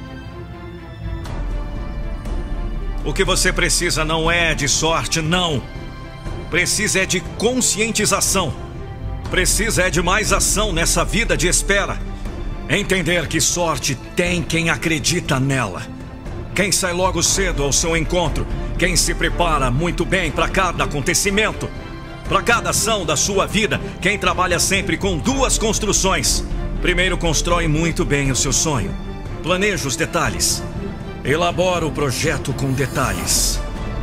O que você precisa não é de sorte, não. Precisa é de conscientização. Precisa é de mais ação nessa vida de espera. Entender que sorte tem quem acredita nela. Quem sai logo cedo ao seu encontro. Quem se prepara muito bem para cada acontecimento. Para cada ação da sua vida. Quem trabalha sempre com duas construções. Primeiro constrói muito bem o seu sonho. Planeja os detalhes. Elabora o projeto com detalhes.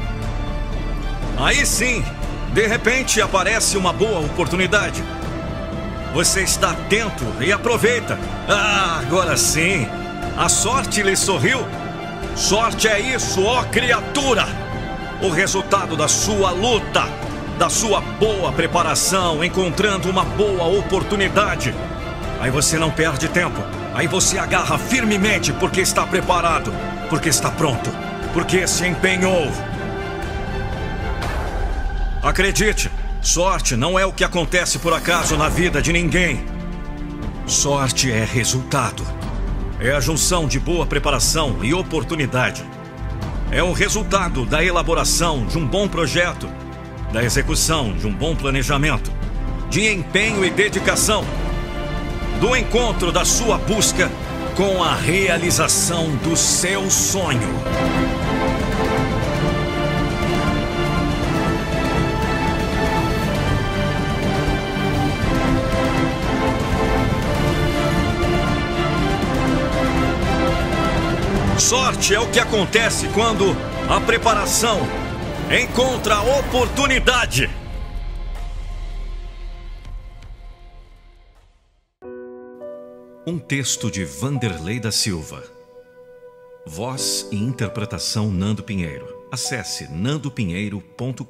Aí sim, de repente aparece uma boa oportunidade. Você está atento e aproveita. Ah, agora sim. A sorte lhe sorriu. Sorte é isso, ó criatura. O resultado da sua luta, da sua boa preparação, encontrando uma boa oportunidade. Aí você não perde tempo. Aí você agarra firmemente porque está preparado, porque está pronto, porque se empenhou. Acredite, sorte não é o que acontece por acaso na vida de ninguém. Sorte é resultado. É a junção de boa preparação e oportunidade. É o resultado da elaboração de um bom projeto, da execução de um bom planejamento, de empenho e dedicação, do encontro da sua busca com a realização do seu sonho. Sorte é o que acontece quando a preparação encontra a oportunidade. Um texto de Vanderlei da Silva. Voz e interpretação Nando Pinheiro. Acesse nandopinheiro.com.br.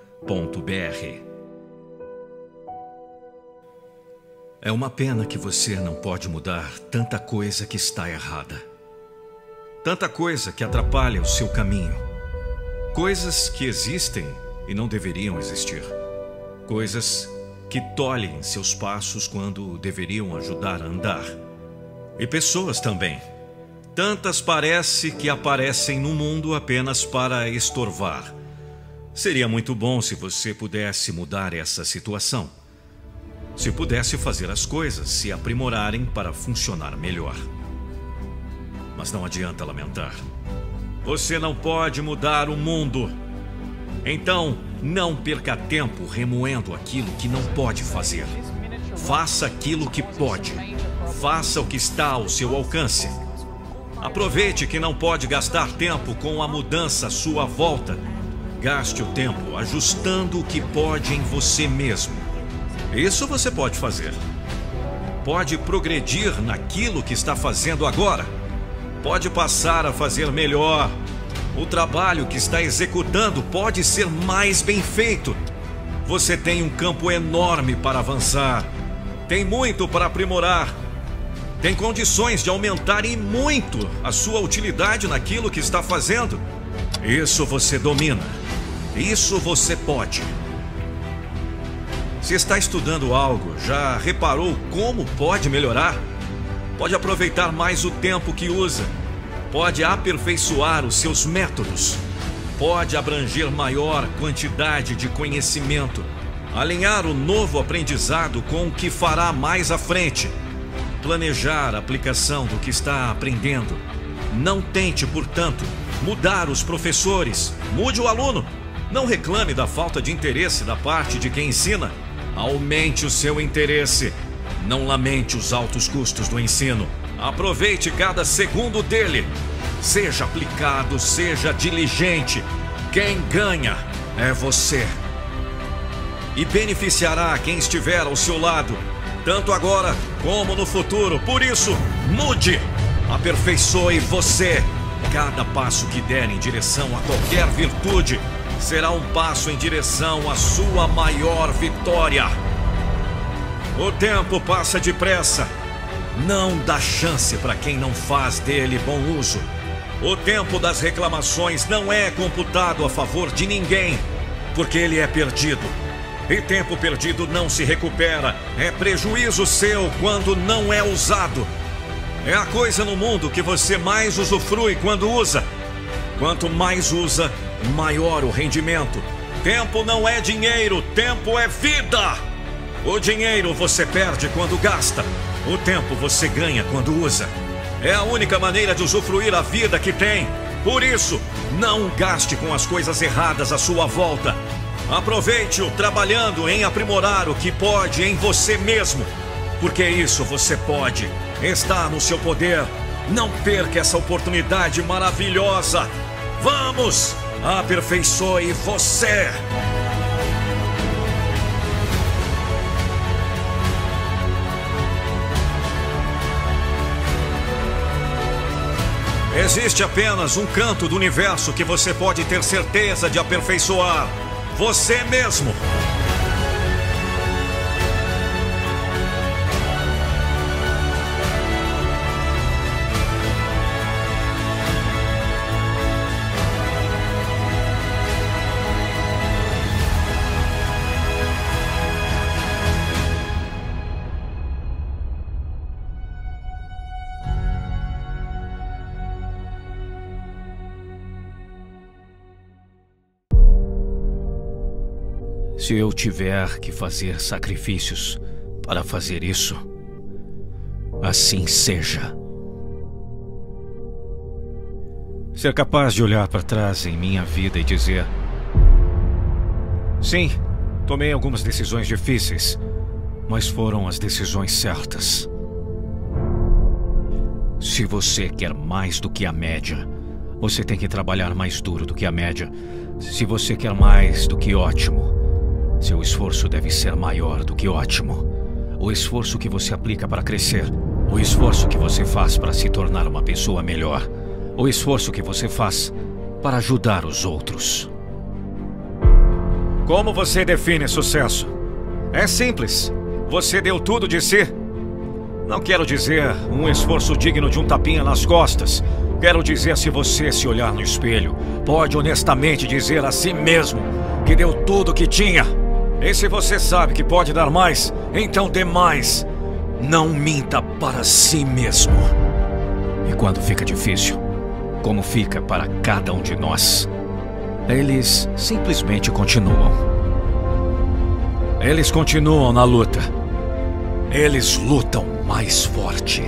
É uma pena que você não pode mudar tanta coisa que está errada. Tanta coisa que atrapalha o seu caminho. Coisas que existem e não deveriam existir. Coisas que tolhem seus passos quando deveriam ajudar a andar. E pessoas também. Tantas parece que aparecem no mundo apenas para estorvar. Seria muito bom se você pudesse mudar essa situação. Se pudesse fazer as coisas se aprimorarem para funcionar melhor. Mas não adianta lamentar. Você não pode mudar o mundo. Então, não perca tempo remoendo aquilo que não pode fazer. Faça aquilo que pode. Faça o que está ao seu alcance. Aproveite que não pode gastar tempo com a mudança à sua volta. Gaste o tempo ajustando o que pode em você mesmo. Isso você pode fazer. Pode progredir naquilo que está fazendo agora. Pode passar a fazer melhor. O trabalho que está executando pode ser mais bem feito. Você tem um campo enorme para avançar. Tem muito para aprimorar. Tem condições de aumentar e muito a sua utilidade naquilo que está fazendo. Isso você domina. Isso você pode. Se está estudando algo, já reparou como pode melhorar? Pode aproveitar mais o tempo que usa. Pode aperfeiçoar os seus métodos. Pode abranger maior quantidade de conhecimento. Alinhar o novo aprendizado com o que fará mais à frente. Planejar a aplicação do que está aprendendo. Não tente, portanto, mudar os professores. Mude o aluno. Não reclame da falta de interesse da parte de quem ensina. Aumente o seu interesse. Não lamente os altos custos do ensino. Aproveite cada segundo dele. Seja aplicado, seja diligente. Quem ganha é você. E beneficiará quem estiver ao seu lado, tanto agora como no futuro. Por isso, mude, aperfeiçoe você. Cada passo que der em direção a qualquer virtude será um passo em direção à sua maior vitória. O tempo passa depressa. Não dá chance para quem não faz dele bom uso. O tempo das reclamações não é computado a favor de ninguém, porque ele é perdido. E tempo perdido não se recupera. É prejuízo seu quando não é usado. É a coisa no mundo que você mais usufrui quando usa. Quanto mais usa, maior o rendimento. Tempo não é dinheiro, tempo é vida. O dinheiro você perde quando gasta. O tempo você ganha quando usa. É a única maneira de usufruir a vida que tem. Por isso, não gaste com as coisas erradas à sua volta. Aproveite-o trabalhando em aprimorar o que pode em você mesmo. Porque isso você pode. Está no seu poder. Não perca essa oportunidade maravilhosa. Vamos! Aperfeiçoe você! Existe apenas um canto do universo que você pode ter certeza de aperfeiçoar. Você mesmo. Se eu tiver que fazer sacrifícios para fazer isso, assim seja. Ser capaz de olhar para trás em minha vida e dizer: sim, tomei algumas decisões difíceis, mas foram as decisões certas. Se você quer mais do que a média, você tem que trabalhar mais duro do que a média. Se você quer mais do que ótimo, seu esforço deve ser maior do que ótimo. O esforço que você aplica para crescer. O esforço que você faz para se tornar uma pessoa melhor. O esforço que você faz para ajudar os outros. Como você define sucesso? É simples. Você deu tudo de si. Não quero dizer um esforço digno de um tapinha nas costas. Quero dizer, se você se olhar no espelho, pode honestamente dizer a si mesmo que deu tudo que tinha. E se você sabe que pode dar mais, então dê mais. Não minta para si mesmo. E quando fica difícil, como fica para cada um de nós, eles simplesmente continuam. Eles continuam na luta. Eles lutam mais forte.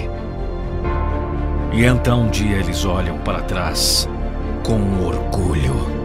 E então um dia eles olham para trás com orgulho.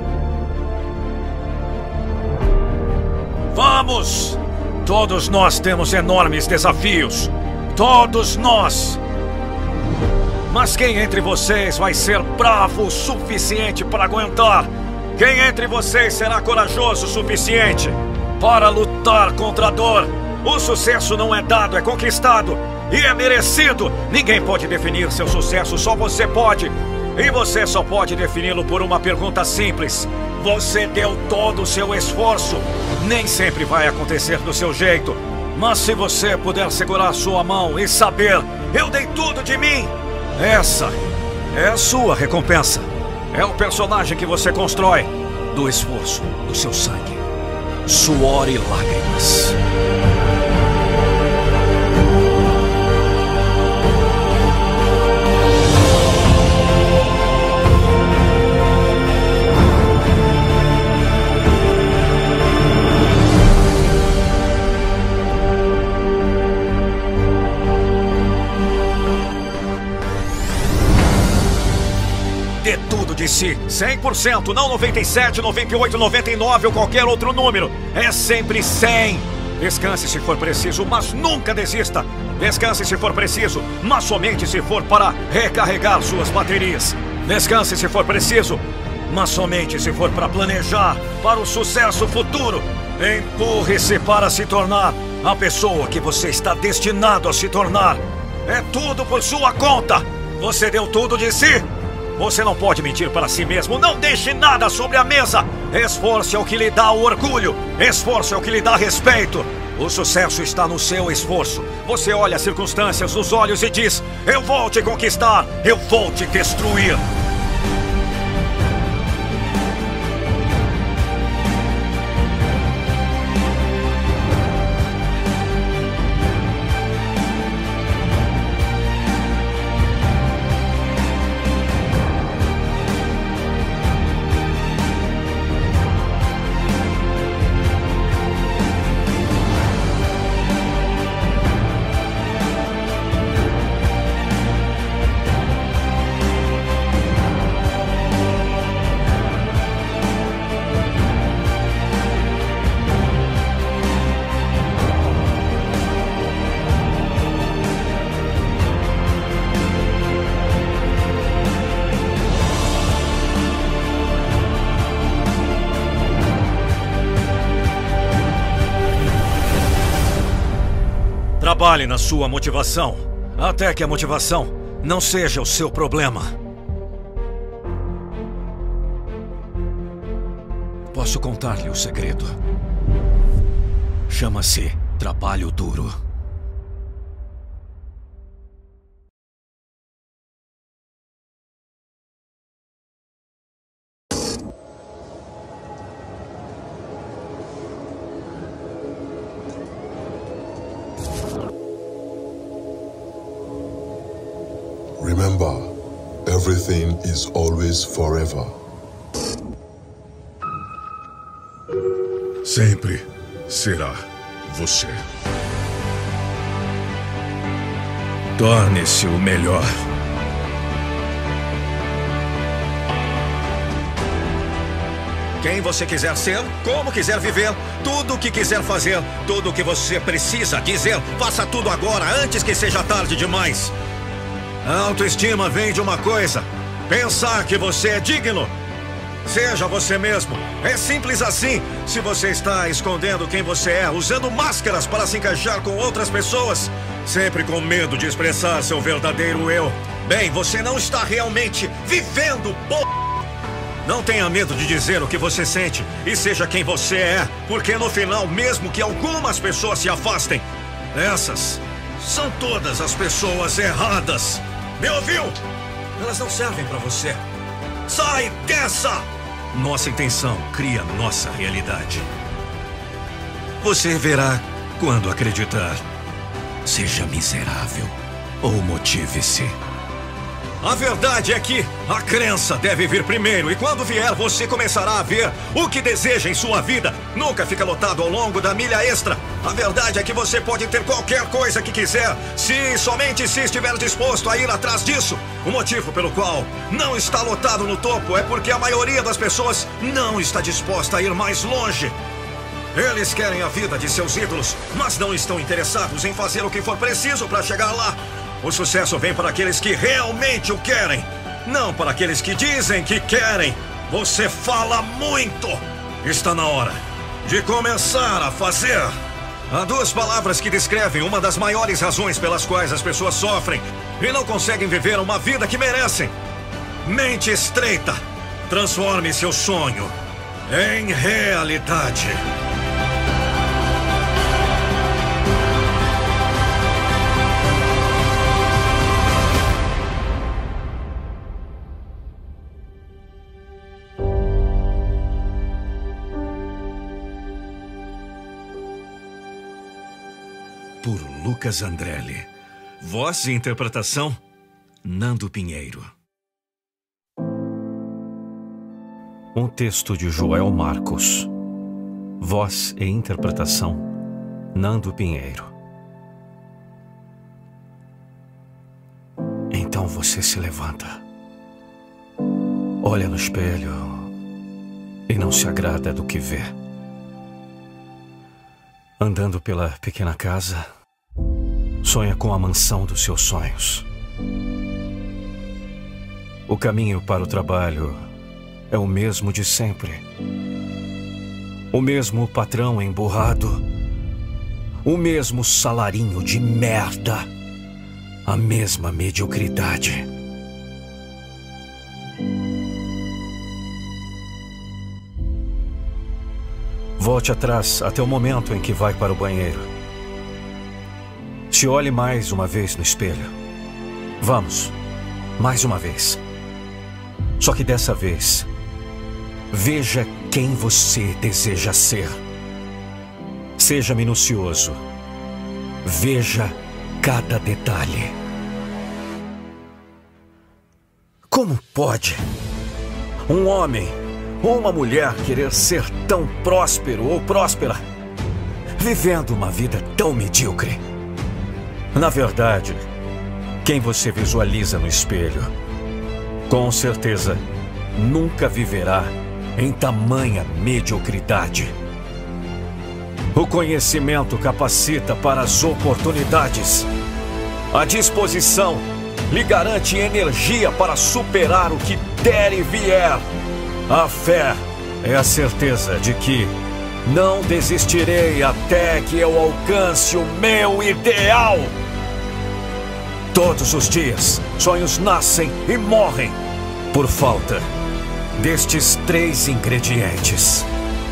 Vamos! Todos nós temos enormes desafios. Todos nós! Mas quem entre vocês vai ser bravo o suficiente para aguentar? Quem entre vocês será corajoso o suficiente para lutar contra a dor? O sucesso não é dado, é conquistado. E é merecido. Ninguém pode definir seu sucesso, só você pode. E você só pode defini-lo por uma pergunta simples. Você deu todo o seu esforço. Nem sempre vai acontecer do seu jeito. Mas se você puder segurar sua mão e saber: eu dei tudo de mim, essa é a sua recompensa. É o personagem que você constrói do esforço, do seu sangue, suor e lágrimas. 100%, não 97, 98, 99 ou qualquer outro número. É sempre 100. Descanse se for preciso, mas nunca desista. Descanse se for preciso, mas somente se for para recarregar suas baterias. Descanse se for preciso, mas somente se for para planejar para o sucesso futuro. Empurre-se para se tornar a pessoa que você está destinado a se tornar. É tudo por sua conta. Você deu tudo de si. Você não pode mentir para si mesmo. Não deixe nada sobre a mesa. Esforço é o que lhe dá o orgulho. Esforço é o que lhe dá respeito. O sucesso está no seu esforço. Você olha as circunstâncias nos olhos e diz: eu vou te conquistar. Eu vou te destruir. Trabalhe na sua motivação, até que a motivação não seja o seu problema. Posso contar-lhe o segredo. Chama-se trabalho duro. Remember, everything is always forever. Sempre será você. Torne-se o melhor. Quem você quiser ser, como quiser viver, tudo o que quiser fazer, tudo o que você precisa dizer, faça tudo agora, antes que seja tarde demais. A autoestima vem de uma coisa: pensar que você é digno. Seja você mesmo. É simples assim. Se você está escondendo quem você é, usando máscaras para se encaixar com outras pessoas, sempre com medo de expressar seu verdadeiro eu, bem, você não está realmente vivendo, Não tenha medo de dizer o que você sente e seja quem você é, porque no final, mesmo que algumas pessoas se afastem, essas são todas as pessoas erradas. Me ouviu? Elas não servem para você. Sai dessa! Nossa intenção cria nossa realidade. Você verá quando acreditar. Seja miserável ou motive-se. A verdade é que a crença deve vir primeiro, e quando vier, você começará a ver o que deseja em sua vida. Nunca fica lotado ao longo da milha extra. A verdade é que você pode ter qualquer coisa que quiser, somente se estiver disposto a ir atrás disso. O motivo pelo qual não está lotado no topo é porque a maioria das pessoas não está disposta a ir mais longe. Eles querem a vida de seus ídolos, mas não estão interessados em fazer o que for preciso para chegar lá. O sucesso vem para aqueles que realmente o querem, não para aqueles que dizem que querem. Você fala muito. Está na hora de começar a fazer. Há duas palavras que descrevem uma das maiores razões pelas quais as pessoas sofrem e não conseguem viver uma vida que merecem. Mente estreita. Transforme seu sonho em realidade. Por Lucas Andrelli. Voz e interpretação, Nando Pinheiro. Um texto de Joel Marcos. Voz e interpretação, Nando Pinheiro. Então você se levanta. olha no espelho e não se agrada do que vê. Andando pela pequena casa, sonha com a mansão dos seus sonhos. O caminho para o trabalho é o mesmo de sempre. O mesmo patrão emburrado. O mesmo salarinho de merda. A mesma mediocridade. Volte atrás até o momento em que vai para o banheiro. Se olhe mais uma vez no espelho. Vamos, mais uma vez. Só que dessa vez, veja quem você deseja ser. Seja minucioso. Veja cada detalhe. Como pode um homem ou uma mulher querer ser tão próspero ou próspera, vivendo uma vida tão medíocre? Na verdade, quem você visualiza no espelho, com certeza, nunca viverá em tamanha mediocridade. O conhecimento capacita para as oportunidades. A disposição lhe garante energia para superar o que der e vier. A fé é a certeza de que não desistirei até que eu alcance o meu ideal. Todos os dias, sonhos nascem e morrem por falta destes 3 ingredientes.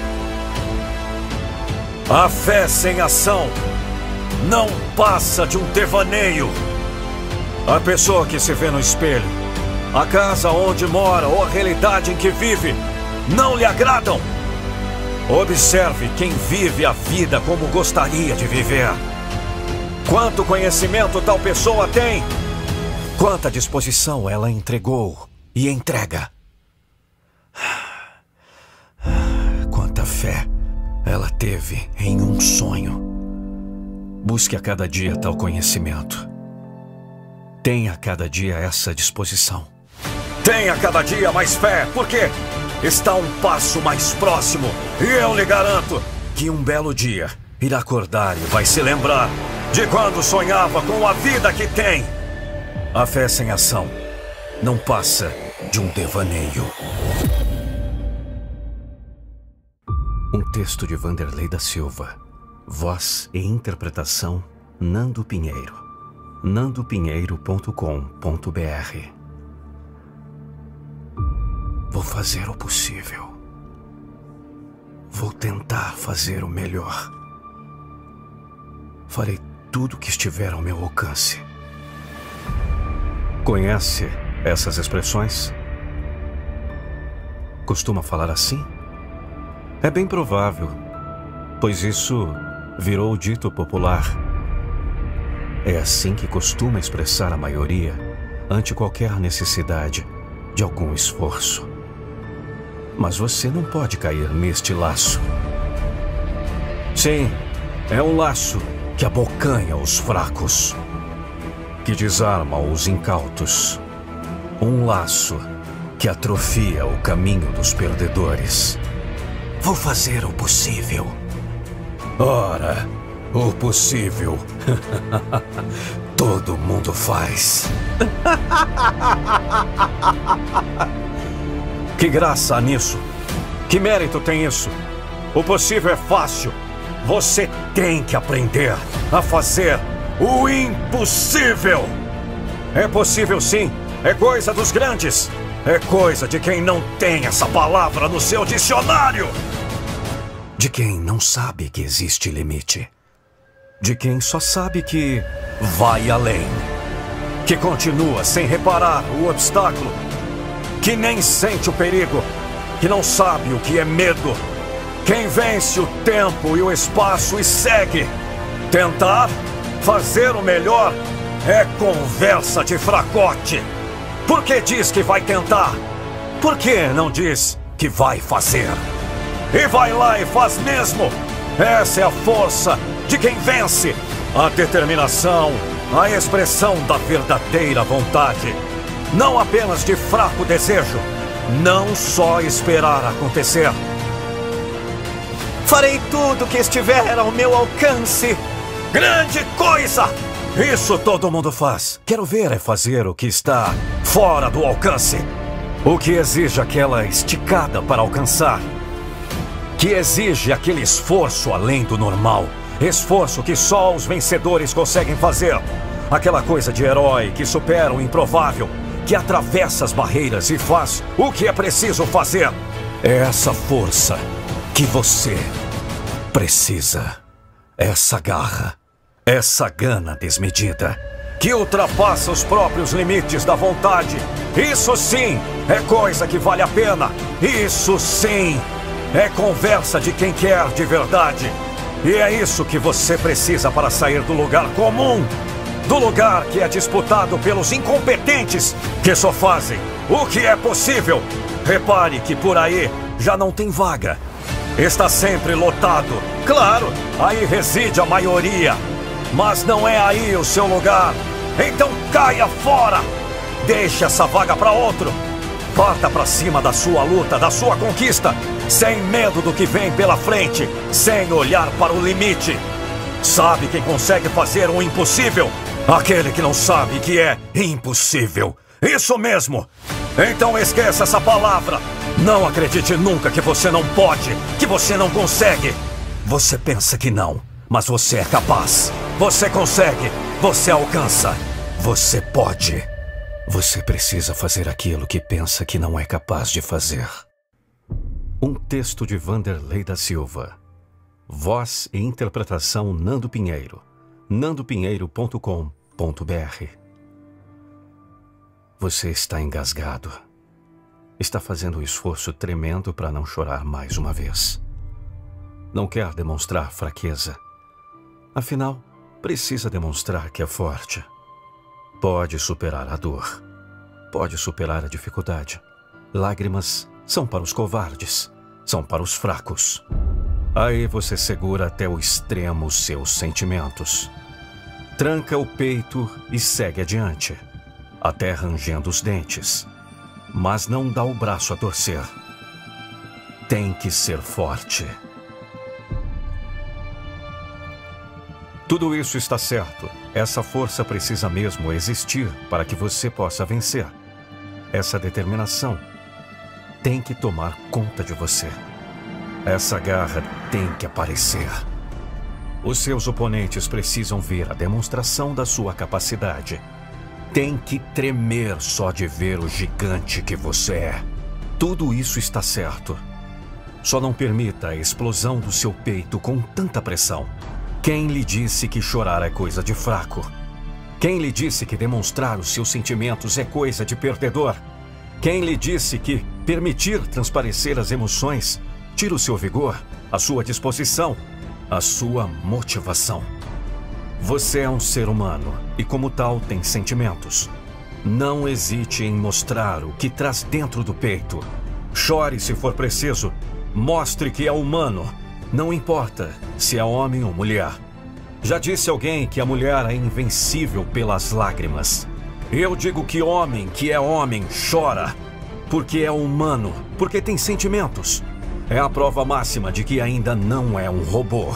A fé sem ação não passa de um devaneio. A pessoa que se vê no espelho, a casa onde mora ou a realidade em que vive não lhe agradam. Observe quem vive a vida como gostaria de viver. Quanto conhecimento tal pessoa tem? Quanta disposição ela entregou e entrega? Quanta fé ela teve em um sonho. Busque a cada dia tal conhecimento. Tenha a cada dia essa disposição. Tenha a cada dia mais fé, porque está um passo mais próximo. E eu lhe garanto que um belo dia irá acordar e vai se lembrar de quando sonhava com a vida que tem. A fé sem ação não passa de um devaneio. Um texto de Vanderlei da Silva. Voz e interpretação Nando Pinheiro. nandopinheiro.com.br. Vou fazer o possível. Vou tentar fazer o melhor. Farei tudo que estiver ao meu alcance. Conhece essas expressões? Costuma falar assim? É bem provável, pois isso virou dito popular. É assim que costuma expressar a maioria ante qualquer necessidade de algum esforço. Mas você não pode cair neste laço. Sim, é um laço que abocanha os fracos, que desarma os incautos. Um laço que atrofia o caminho dos perdedores. Vou fazer o possível. Ora, o possível todo mundo faz. Que graça há nisso? Que mérito tem isso? O possível é fácil. Você tem que aprender a fazer o impossível. É possível sim. É coisa dos grandes. É coisa de quem não tem essa palavra no seu dicionário. De quem não sabe que existe limite. De quem só sabe que vai além. Que continua sem reparar o obstáculo. Que nem sente o perigo. Que não sabe o que é medo. Quem vence o tempo e o espaço e segue. Tentar fazer o melhor é conversa de fracote. Por que diz que vai tentar? Por que não diz que vai fazer? E vai lá e faz mesmo. Essa é a força de quem vence. A determinação, a expressão da verdadeira vontade. Não apenas de fraco desejo, Não só esperar acontecer. Farei tudo que estiver ao meu alcance. Grande coisa! Isso todo mundo faz. Quero ver é fazer o que está fora do alcance. O que exige aquela esticada para alcançar. Que exige aquele esforço além do normal. Esforço que só os vencedores conseguem fazer. Aquela coisa de herói que supera o improvável. Que atravessa as barreiras e faz o que é preciso fazer. É essa força que você precisa. Essa garra. Essa gana desmedida, que ultrapassa os próprios limites da vontade. Isso sim é coisa que vale a pena. Isso sim é conversa de quem quer de verdade. E é isso que você precisa para sair do lugar comum. Do lugar que é disputado pelos incompetentes que só fazem o que é possível. Repare que por aí já não tem vaga. Está sempre lotado. Claro, aí reside a maioria. Mas não é aí o seu lugar. Então caia fora. Deixe essa vaga para outro. Parta para cima da sua luta, da sua conquista. Sem medo do que vem pela frente. Sem olhar para o limite. Sabe quem consegue fazer o impossível? Aquele que não sabe que é impossível. Isso mesmo. Então esqueça essa palavra. Não acredite nunca que você não pode. Que você não consegue. Você pensa que não. Mas você é capaz. Você consegue. Você alcança. Você pode. Você precisa fazer aquilo que pensa que não é capaz de fazer. Um texto de Vanderlei da Silva. Voz e interpretação Nando Pinheiro. nandopinheiro.com.br. Você está engasgado. Está fazendo um esforço tremendo para não chorar mais uma vez. Não quer demonstrar fraqueza. Afinal, precisa demonstrar que é forte. Pode superar a dor. Pode superar a dificuldade. Lágrimas são para os covardes. São para os fracos. Aí você segura até o extremo os seus sentimentos. Tranca o peito e segue adiante. Até rangendo os dentes. Mas não dá o braço a torcer. Tem que ser forte. Tudo isso está certo. Essa força precisa mesmo existir para que você possa vencer. Essa determinação tem que tomar conta de você. Essa garra tem que aparecer. Os seus oponentes precisam ver a demonstração da sua capacidade. Tem que tremer só de ver o gigante que você é. Tudo isso está certo. Só não permita a explosão do seu peito com tanta pressão. Quem lhe disse que chorar é coisa de fraco? Quem lhe disse que demonstrar os seus sentimentos é coisa de perdedor? Quem lhe disse que permitir transparecer as emoções tira o seu vigor, a sua disposição, a sua motivação? Você é um ser humano e, como tal, tem sentimentos. Não hesite em mostrar o que traz dentro do peito. Chore se for preciso. Mostre que é humano. Não importa se é homem ou mulher. Já disse alguém que a mulher é invencível pelas lágrimas. Eu digo que é homem, chora. Porque é humano, porque tem sentimentos. É a prova máxima de que ainda não é um robô.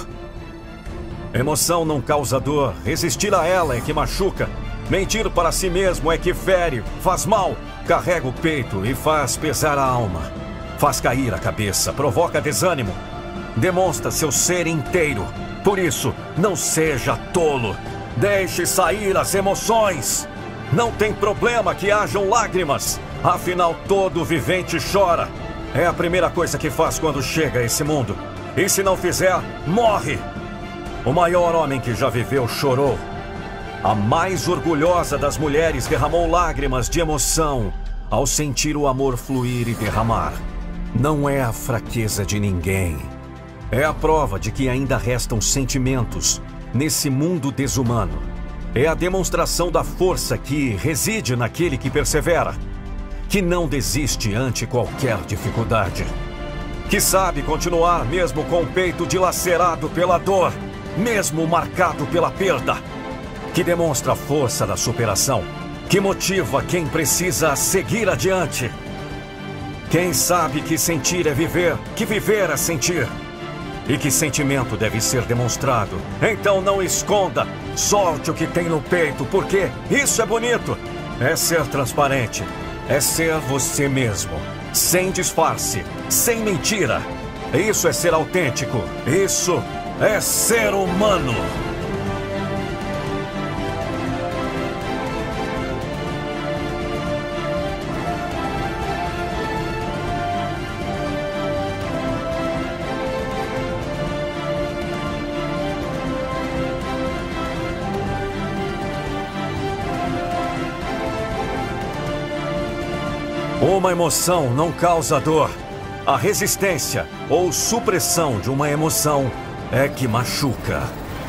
Emoção não causa dor, resistir a ela é que machuca. Mentir para si mesmo é que fere, faz mal, carrega o peito e faz pesar a alma. Faz cair a cabeça, provoca desânimo. Demonstra seu ser inteiro. Por isso, não seja tolo. Deixe sair as emoções. Não tem problema que hajam lágrimas. Afinal, todo vivente chora. É a primeira coisa que faz quando chega a esse mundo. E se não fizer, morre. O maior homem que já viveu chorou. A mais orgulhosa das mulheres derramou lágrimas de emoção ao sentir o amor fluir e derramar. Não é a fraqueza de ninguém. É a prova de que ainda restam sentimentos nesse mundo desumano. É a demonstração da força que reside naquele que persevera, que não desiste ante qualquer dificuldade, que sabe continuar mesmo com o peito dilacerado pela dor, mesmo marcado pela perda, que demonstra a força da superação, que motiva quem precisa seguir adiante. Quem sabe que sentir é viver, que viver é sentir. E que sentimento deve ser demonstrado. Então não esconda, solte o que tem no peito, porque isso é bonito. É ser transparente, é ser você mesmo, sem disfarce, sem mentira. Isso é ser autêntico, isso é ser humano. Uma emoção não causa dor. A resistência ou supressão de uma emoção é que machuca.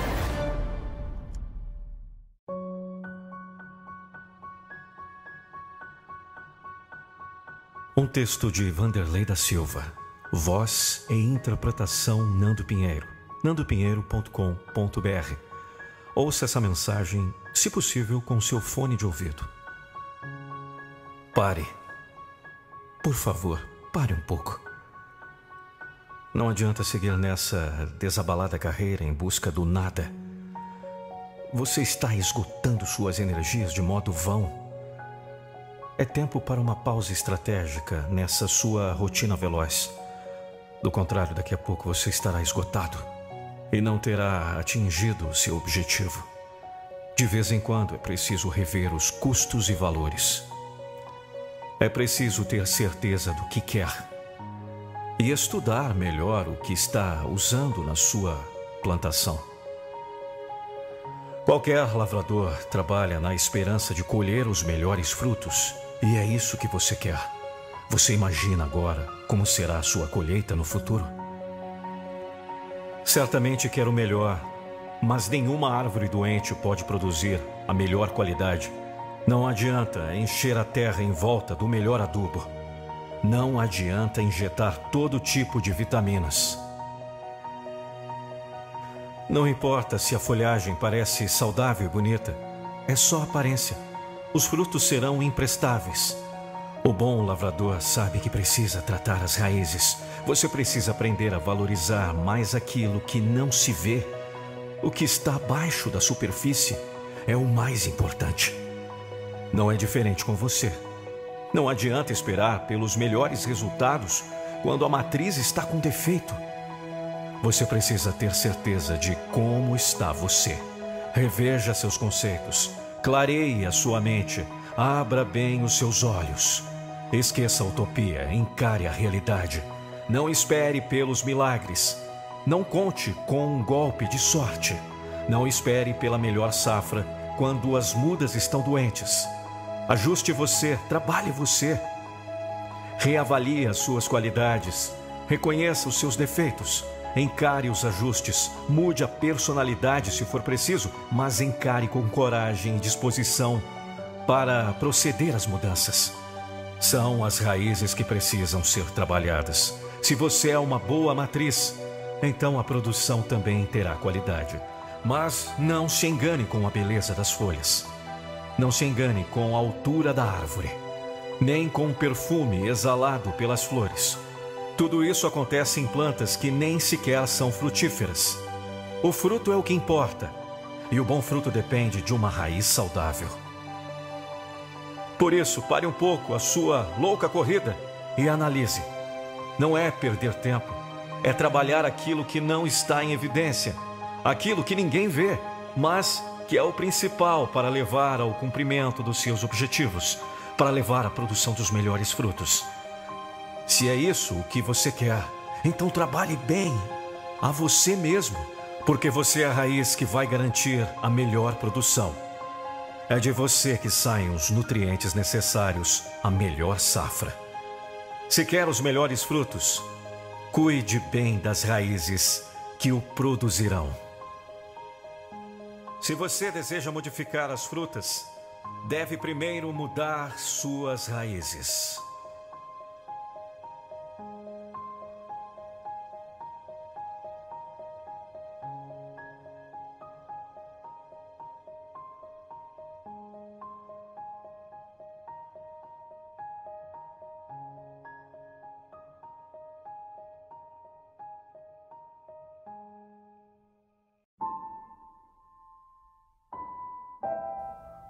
Um texto de Vanderlei da Silva. Voz e interpretação Nando Pinheiro. nandopinheiro.com.br. Ouça essa mensagem, se possível, com seu fone de ouvido. Pare. Por favor, pare um pouco. Não adianta seguir nessa desabalada carreira em busca do nada. Você está esgotando suas energias de modo vão. É tempo para uma pausa estratégica nessa sua rotina veloz. Do contrário, daqui a pouco você estará esgotado e não terá atingido o seu objetivo. De vez em quando é preciso rever os custos e valores. É preciso ter certeza do que quer e estudar melhor o que está usando na sua plantação. Qualquer lavrador trabalha na esperança de colher os melhores frutos, e é isso que você quer. Você imagina agora como será a sua colheita no futuro? Certamente quer o melhor, mas nenhuma árvore doente pode produzir a melhor qualidade. Não adianta encher a terra em volta do melhor adubo. Não adianta injetar todo tipo de vitaminas. Não importa se a folhagem parece saudável e bonita, é só aparência. Os frutos serão imprestáveis. O bom lavrador sabe que precisa tratar as raízes. Você precisa aprender a valorizar mais aquilo que não se vê. O que está abaixo da superfície é o mais importante. Não é diferente com você. Não adianta esperar pelos melhores resultados quando a matriz está com defeito. Você precisa ter certeza de como está você. Reveja seus conceitos, clareie a sua mente, abra bem os seus olhos. Esqueça a utopia, encare a realidade. Não espere pelos milagres. Não conte com um golpe de sorte. Não espere pela melhor safra quando as mudas estão doentes. Ajuste você, trabalhe você. Reavalie as suas qualidades. Reconheça os seus defeitos. Encare os ajustes. Mude a personalidade se for preciso, mas encare com coragem e disposição para proceder às mudanças. São as raízes que precisam ser trabalhadas. Se você é uma boa matriz, então a produção também terá qualidade. Mas não se engane com a beleza das folhas. Não se engane com a altura da árvore, nem com o perfume exalado pelas flores. Tudo isso acontece em plantas que nem sequer são frutíferas. O fruto é o que importa, e o bom fruto depende de uma raiz saudável. Por isso, pare um pouco a sua louca corrida e analise. Não é perder tempo, é trabalhar aquilo que não está em evidência, aquilo que ninguém vê, mas que é o principal para levar ao cumprimento dos seus objetivos, para levar à produção dos melhores frutos. Se é isso o que você quer, então trabalhe bem a você mesmo, porque você é a raiz que vai garantir a melhor produção. É de você que saem os nutrientes necessários à melhor safra. Se quer os melhores frutos, cuide bem das raízes que o produzirão. Se você deseja modificar as frutas, deve primeiro mudar suas raízes.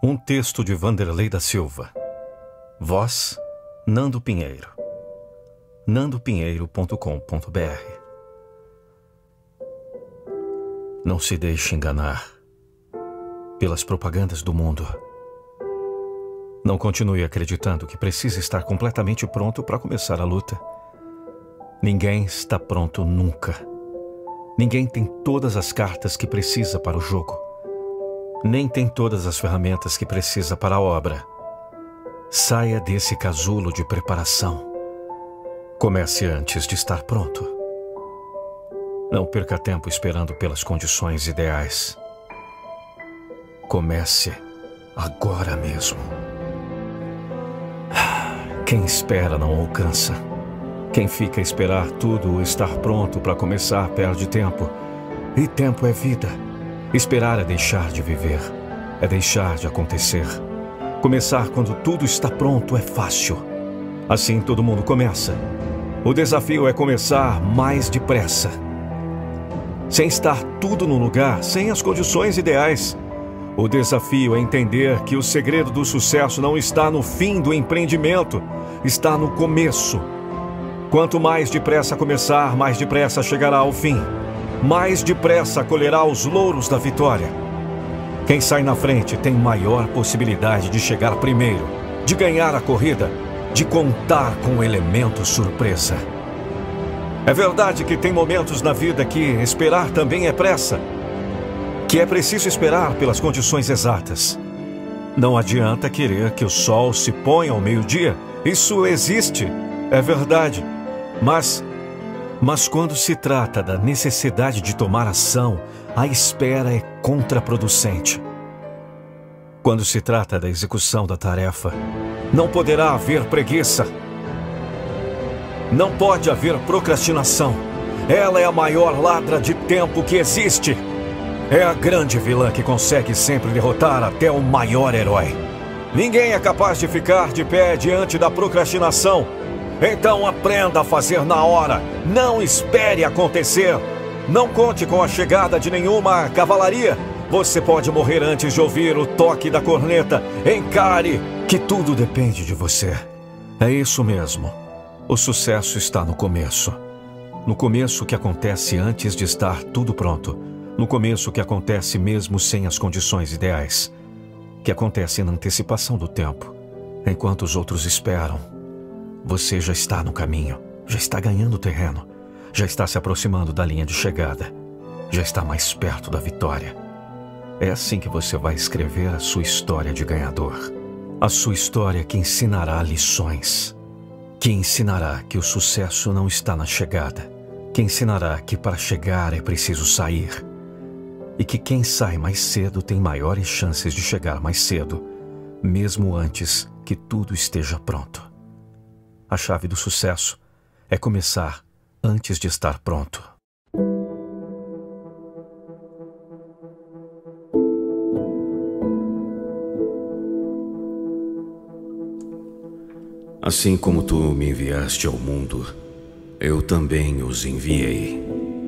Um texto de Vanderlei da Silva. Voz, Nando Pinheiro. nandopinheiro.com.br. Não se deixe enganar pelas propagandas do mundo. Não continue acreditando que precisa estar completamente pronto para começar a luta. Ninguém está pronto nunca. Ninguém tem todas as cartas que precisa para o jogo. Nem tem todas as ferramentas que precisa para a obra. Saia desse casulo de preparação. Comece antes de estar pronto. Não perca tempo esperando pelas condições ideais. Comece agora mesmo. Quem espera não alcança. Quem fica a esperar tudo estar pronto para começar perde tempo. E tempo é vida. Esperar é deixar de viver. É deixar de acontecer. Começar quando tudo está pronto é fácil. Assim todo mundo começa. O desafio é começar mais depressa. Sem estar tudo no lugar, sem as condições ideais. O desafio é entender que o segredo do sucesso não está no fim do empreendimento, está no começo. Quanto mais depressa começar, mais depressa chegará ao fim. Mais depressa colherá os louros da vitória. Quem sai na frente tem maior possibilidade de chegar primeiro, de ganhar a corrida, de contar com o elemento surpresa. É verdade que tem momentos na vida que esperar também é pressa, que é preciso esperar pelas condições exatas. Não adianta querer que o sol se ponha ao meio-dia. Isso existe, é verdade. Mas quando se trata da necessidade de tomar ação, a espera é contraproducente. Quando se trata da execução da tarefa, não poderá haver preguiça. Não pode haver procrastinação. Ela é a maior ladra de tempo que existe. É a grande vilã que consegue sempre derrotar até o maior herói. Ninguém é capaz de ficar de pé diante da procrastinação. Então aprenda a fazer na hora. Não espere acontecer. Não conte com a chegada de nenhuma cavalaria. Você pode morrer antes de ouvir o toque da corneta. Encare que tudo depende de você. É isso mesmo. O sucesso está no começo. No começo que acontece antes de estar tudo pronto. No começo que acontece mesmo sem as condições ideais. Que acontece na antecipação do tempo. Enquanto os outros esperam. Você já está no caminho. Já está ganhando terreno. Já está se aproximando da linha de chegada. Já está mais perto da vitória. É assim que você vai escrever a sua história de ganhador. A sua história que ensinará lições. Que ensinará que o sucesso não está na chegada. Que ensinará que para chegar é preciso sair. E que quem sai mais cedo tem maiores chances de chegar mais cedo, mesmo antes que tudo esteja pronto. A chave do sucesso é começar antes de estar pronto. Assim como tu me enviaste ao mundo, eu também os enviei.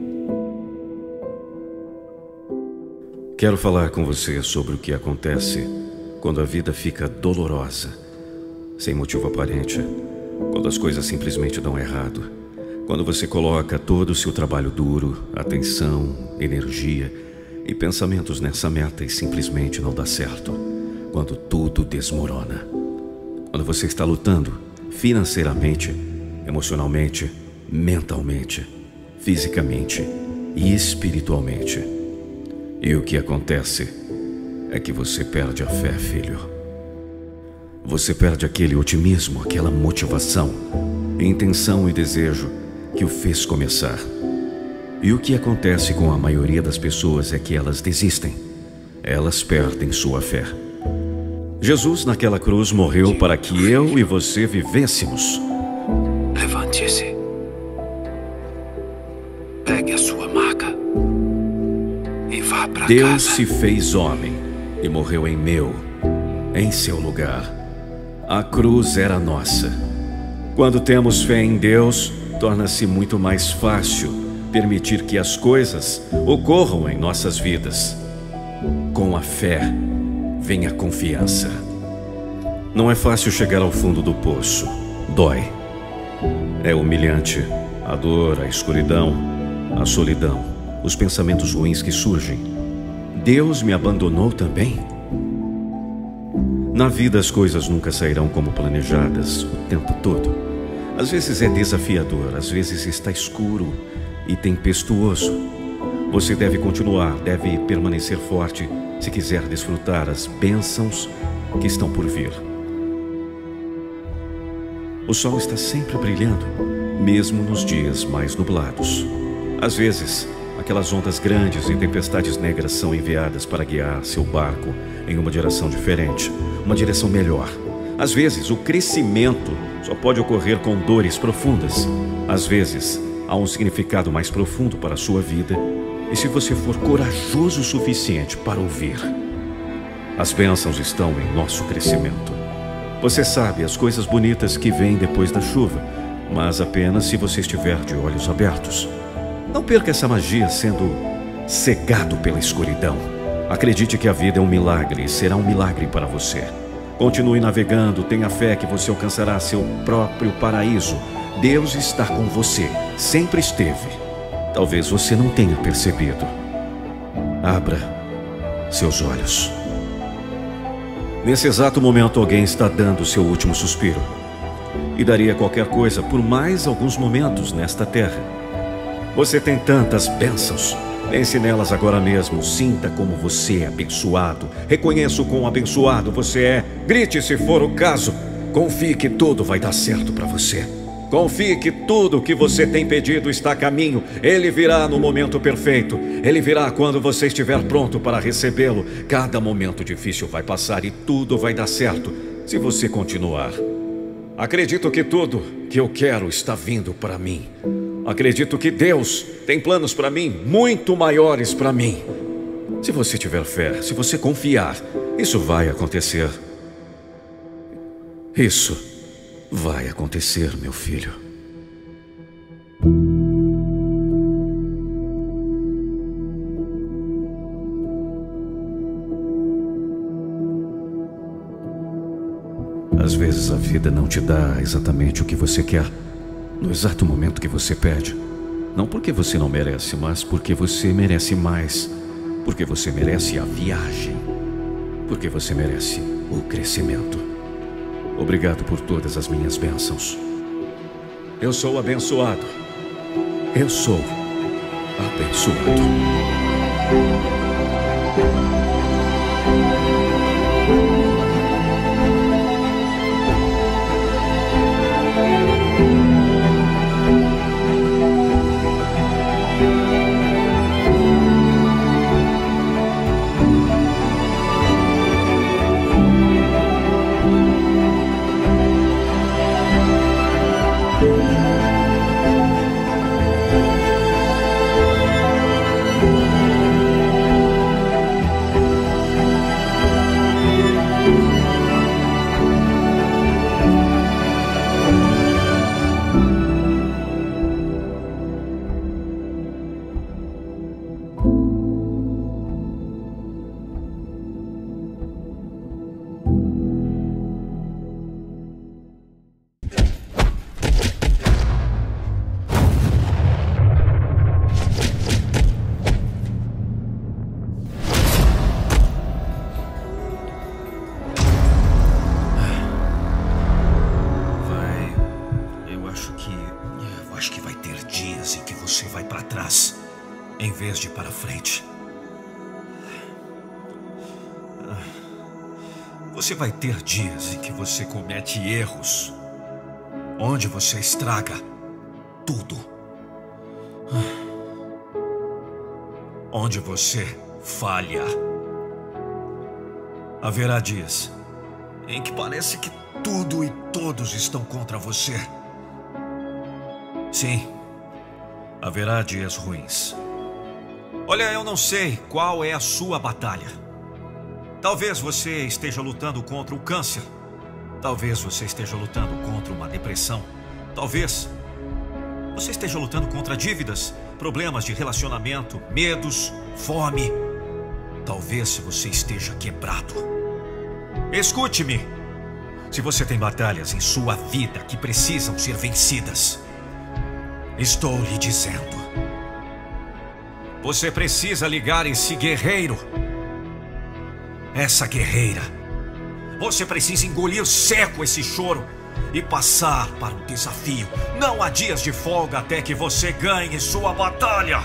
Quero falar com você sobre o que acontece quando a vida fica dolorosa, sem motivo aparente, quando as coisas simplesmente dão errado, quando você coloca todo o seu trabalho duro, atenção, energia e pensamentos nessa meta e simplesmente não dá certo, quando tudo desmorona, quando você está lutando financeiramente, emocionalmente, mentalmente, fisicamente e espiritualmente. E o que acontece é que você perde a fé, filho. Você perde aquele otimismo, aquela motivação, intenção e desejo que o fez começar. E o que acontece com a maioria das pessoas é que elas desistem. Elas perdem sua fé. Jesus naquela cruz morreu para que eu e você vivêssemos. Levante-se. Pegue a sua maca. E vá para casa. Deus se fez homem e morreu em seu lugar. A cruz era nossa. Quando temos fé em Deus, torna-se muito mais fácil permitir que as coisas ocorram em nossas vidas. Com a fé, vem a confiança. Não é fácil chegar ao fundo do poço. Dói. É humilhante. A dor, a escuridão, a solidão, os pensamentos ruins que surgem. Deus me abandonou também? Na vida as coisas nunca sairão como planejadas o tempo todo. Às vezes é desafiador, às vezes está escuro e tempestuoso. Você deve continuar, deve permanecer forte se quiser desfrutar as bênçãos que estão por vir. O sol está sempre brilhando, mesmo nos dias mais nublados. Às vezes, aquelas ondas grandes e tempestades negras são enviadas para guiar seu barco em uma direção diferente, uma direção melhor. Às vezes, o crescimento só pode ocorrer com dores profundas. Às vezes, há um significado mais profundo para a sua vida, e se você for corajoso o suficiente para ouvir, as bênçãos estão em nosso crescimento. Você sabe as coisas bonitas que vêm depois da chuva, mas apenas se você estiver de olhos abertos. Não perca essa magia sendo cegado pela escuridão. Acredite que a vida é um milagre e será um milagre para você. Continue navegando, tenha fé que você alcançará seu próprio paraíso. Deus está com você, sempre esteve. Talvez você não tenha percebido. Abra seus olhos. Nesse exato momento, alguém está dando seu último suspiro. E daria qualquer coisa por mais alguns momentos nesta terra. Você tem tantas bênçãos. Pense nelas agora mesmo. Sinta como você é abençoado. Reconheça o quão abençoado você é. Grite se for o caso. Confie que tudo vai dar certo para você. Confie que tudo o que você tem pedido está a caminho. Ele virá no momento perfeito. Ele virá quando você estiver pronto para recebê-lo. Cada momento difícil vai passar e tudo vai dar certo se você continuar. Acredito que tudo que eu quero está vindo para mim. Acredito que Deus tem planos para mim muito maiores para mim. Se você tiver fé, se você confiar, isso vai acontecer. Isso vai acontecer, meu filho. Às vezes a vida não te dá exatamente o que você quer, no exato momento que você pede. Não porque você não merece, mas porque você merece mais. Porque você merece a viagem. Porque você merece o crescimento. Obrigado por todas as minhas bênçãos. Eu sou abençoado. Eu sou abençoado. Em vez de para frente. Você vai ter dias em que você comete erros, onde você estraga tudo, onde você falha. Haverá dias em que parece que tudo e todos estão contra você. Sim, haverá dias ruins. Olha, eu não sei qual é a sua batalha. Talvez você esteja lutando contra o câncer. Talvez você esteja lutando contra uma depressão. Talvez você esteja lutando contra dívidas, problemas de relacionamento, medos, fome. Talvez você esteja quebrado. Escute-me. Se você tem batalhas em sua vida que precisam ser vencidas, estou lhe dizendo, você precisa ligar esse guerreiro, essa guerreira. Você precisa engolir seco esse choro e passar para o desafio. Não há dias de folga até que você ganhe sua batalha.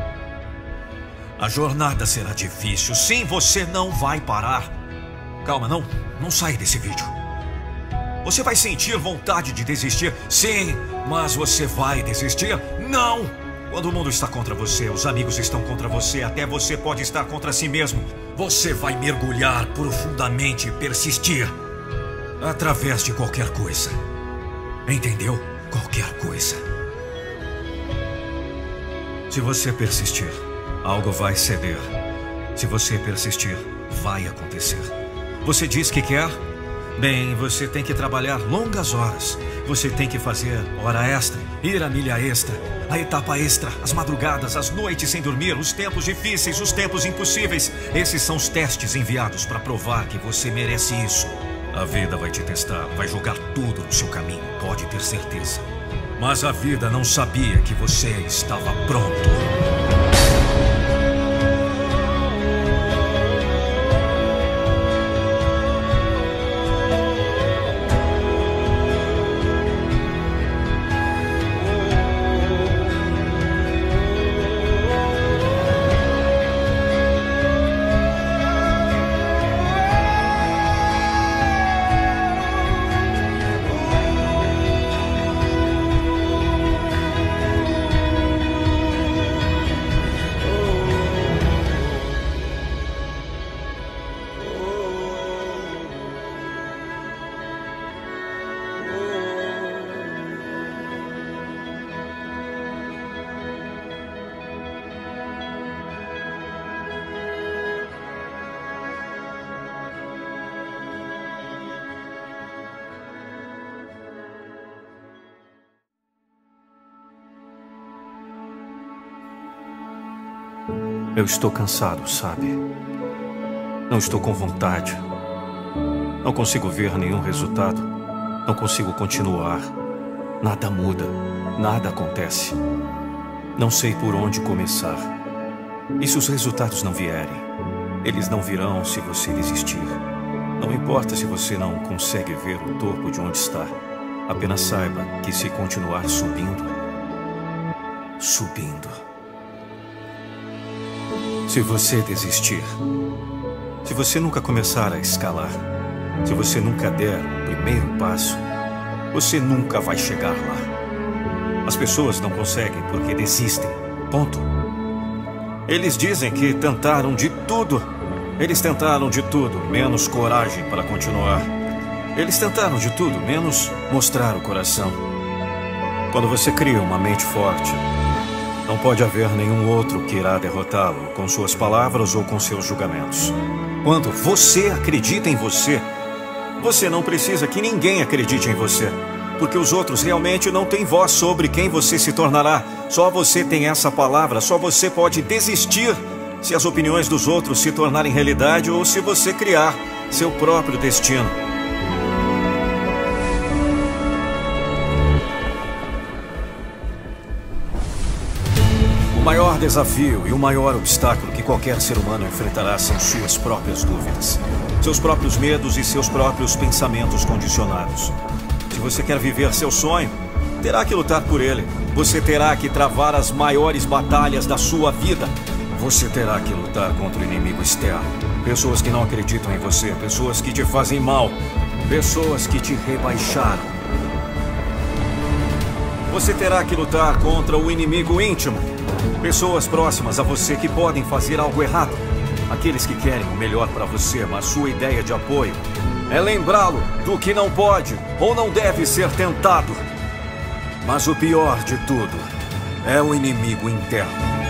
A jornada será difícil. Sim, você não vai parar. Calma, não saia desse vídeo. Você vai sentir vontade de desistir. Sim, mas você vai desistir? Não! Quando o mundo está contra você, os amigos estão contra você, até você pode estar contra si mesmo. Você vai mergulhar profundamente e persistir. Através de qualquer coisa. Entendeu? Qualquer coisa. Se você persistir, algo vai ceder. Se você persistir, vai acontecer. Você diz que quer? Bem, você tem que trabalhar longas horas. Você tem que fazer hora extra, ir a milha extra, a etapa extra, as madrugadas, as noites sem dormir, os tempos difíceis, os tempos impossíveis. Esses são os testes enviados para provar que você merece isso. A vida vai te testar, vai jogar tudo no seu caminho, pode ter certeza. Mas a vida não sabia que você estava pronto. Eu estou cansado, sabe? Não estou com vontade. Não consigo ver nenhum resultado. Não consigo continuar. Nada muda. Nada acontece. Não sei por onde começar. E se os resultados não vierem? Eles não virão se você desistir. Não importa se você não consegue ver o topo de onde está. Apenas saiba que se continuar subindo, se você desistir, se você nunca começar a escalar, se você nunca der o primeiro passo, você nunca vai chegar lá. As pessoas não conseguem porque desistem. Ponto. Eles dizem que tentaram de tudo. Eles tentaram de tudo, menos coragem para continuar. Eles tentaram de tudo, menos mostrar o coração. Quando você cria uma mente forte, não pode haver nenhum outro que irá derrotá-lo com suas palavras ou com seus julgamentos. Quando você acredita em você, você não precisa que ninguém acredite em você, porque os outros realmente não têm voz sobre quem você se tornará. Só você tem essa palavra, só você pode desistir se as opiniões dos outros se tornarem realidade ou se você criar seu próprio destino. O maior desafio e o maior obstáculo que qualquer ser humano enfrentará são suas próprias dúvidas, seus próprios medos e seus próprios pensamentos condicionados. Se você quer viver seu sonho, terá que lutar por ele. Você terá que travar as maiores batalhas da sua vida. Você terá que lutar contra o inimigo externo. Pessoas que não acreditam em você, pessoas que te fazem mal, pessoas que te rebaixaram. Você terá que lutar contra o inimigo íntimo. Pessoas próximas a você que podem fazer algo errado. Aqueles que querem o melhor para você, mas sua ideia de apoio é lembrá-lo do que não pode ou não deve ser tentado. Mas o pior de tudo é o inimigo interno.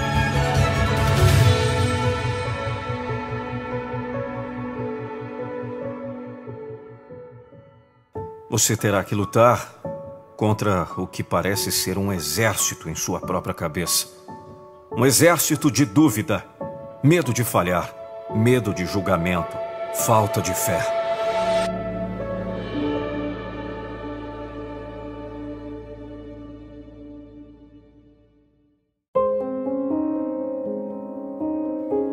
Você terá que lutar contra o que parece ser um exército em sua própria cabeça. Um exército de dúvida, medo de falhar, medo de julgamento, falta de fé.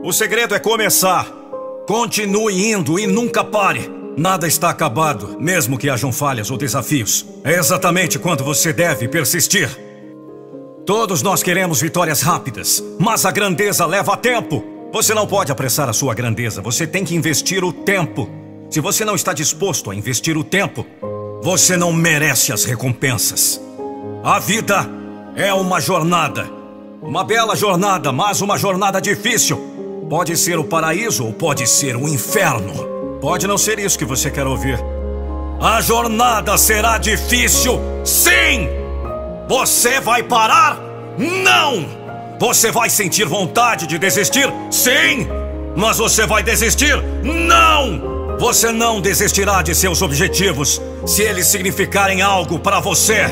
O segredo é começar. Continue indo e nunca pare. Nada está acabado, mesmo que hajam falhas ou desafios. É exatamente quando você deve persistir. Todos nós queremos vitórias rápidas, mas a grandeza leva tempo. Você não pode apressar a sua grandeza, você tem que investir o tempo. Se você não está disposto a investir o tempo, você não merece as recompensas. A vida é uma jornada. Uma bela jornada, mas uma jornada difícil. Pode ser o paraíso ou pode ser o inferno. Pode não ser isso que você quer ouvir. A jornada será difícil, sim! Você vai parar? Não! Você vai sentir vontade de desistir? Sim! Mas você vai desistir? Não! Você não desistirá de seus objetivos se eles significarem algo para você.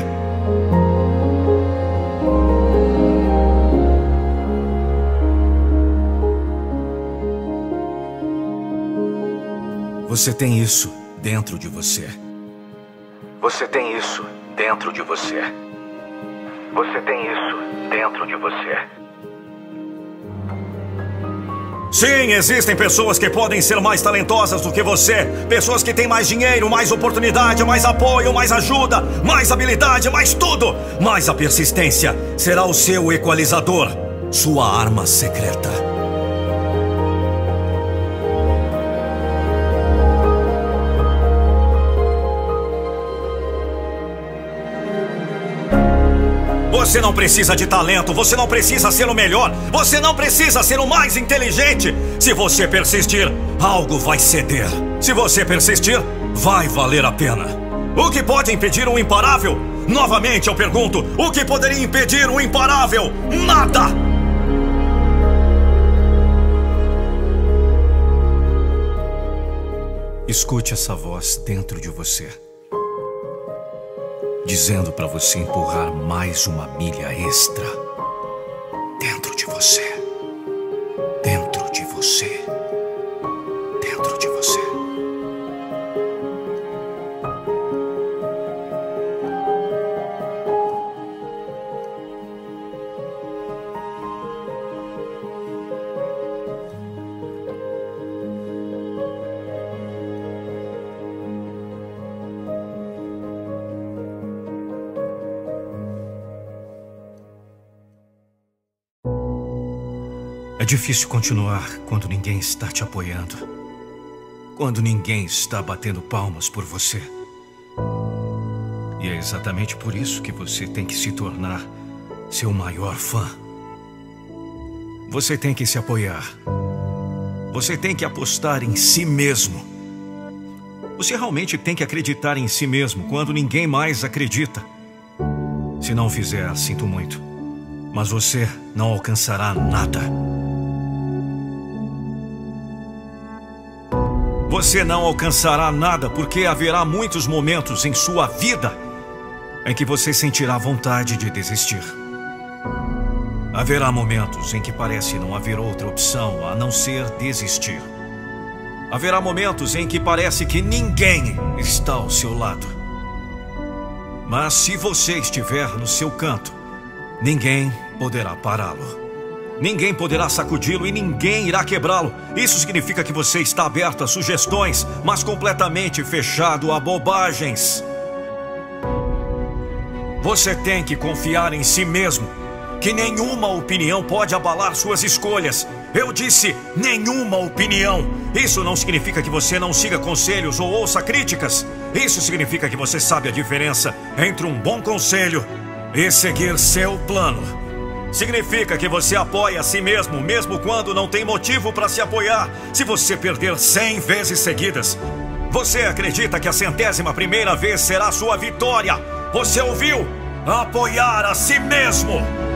Você tem isso dentro de você. Você tem isso dentro de você. Você tem isso dentro de você. Sim, existem pessoas que podem ser mais talentosas do que você. Pessoas que têm mais dinheiro, mais oportunidade, mais apoio, mais ajuda, mais habilidade, mais tudo. Mas a persistência será o seu equalizador, sua arma secreta. Você não precisa de talento, você não precisa ser o melhor, você não precisa ser o mais inteligente. Se você persistir, algo vai ceder. Se você persistir, vai valer a pena. O que pode impedir o imparável? Novamente eu pergunto, o que poderia impedir o imparável? Nada! Escute essa voz dentro de você, dizendo para você empurrar mais uma milha extra. Dentro de você. Dentro de você. Dentro de você. É difícil continuar quando ninguém está te apoiando. Quando ninguém está batendo palmas por você. E é exatamente por isso que você tem que se tornar seu maior fã. Você tem que se apoiar. Você tem que apostar em si mesmo. Você realmente tem que acreditar em si mesmo quando ninguém mais acredita. Se não fizer, sinto muito, mas você não alcançará nada. Você não alcançará nada porque haverá muitos momentos em sua vida em que você sentirá vontade de desistir. Haverá momentos em que parece não haver outra opção a não ser desistir. Haverá momentos em que parece que ninguém está ao seu lado. Mas se você estiver no seu canto, ninguém poderá pará-lo. Ninguém poderá sacudi-lo e ninguém irá quebrá-lo. Isso significa que você está aberto a sugestões, mas completamente fechado a bobagens. Você tem que confiar em si mesmo, que nenhuma opinião pode abalar suas escolhas. Eu disse nenhuma opinião. Isso não significa que você não siga conselhos ou ouça críticas. Isso significa que você sabe a diferença entre um bom conselho e seguir seu plano. Significa que você apoia a si mesmo, mesmo quando não tem motivo para se apoiar. Se você perder 100 vezes seguidas, você acredita que a 100ª vez será sua vitória. Você ouviu? Apoiar a si mesmo.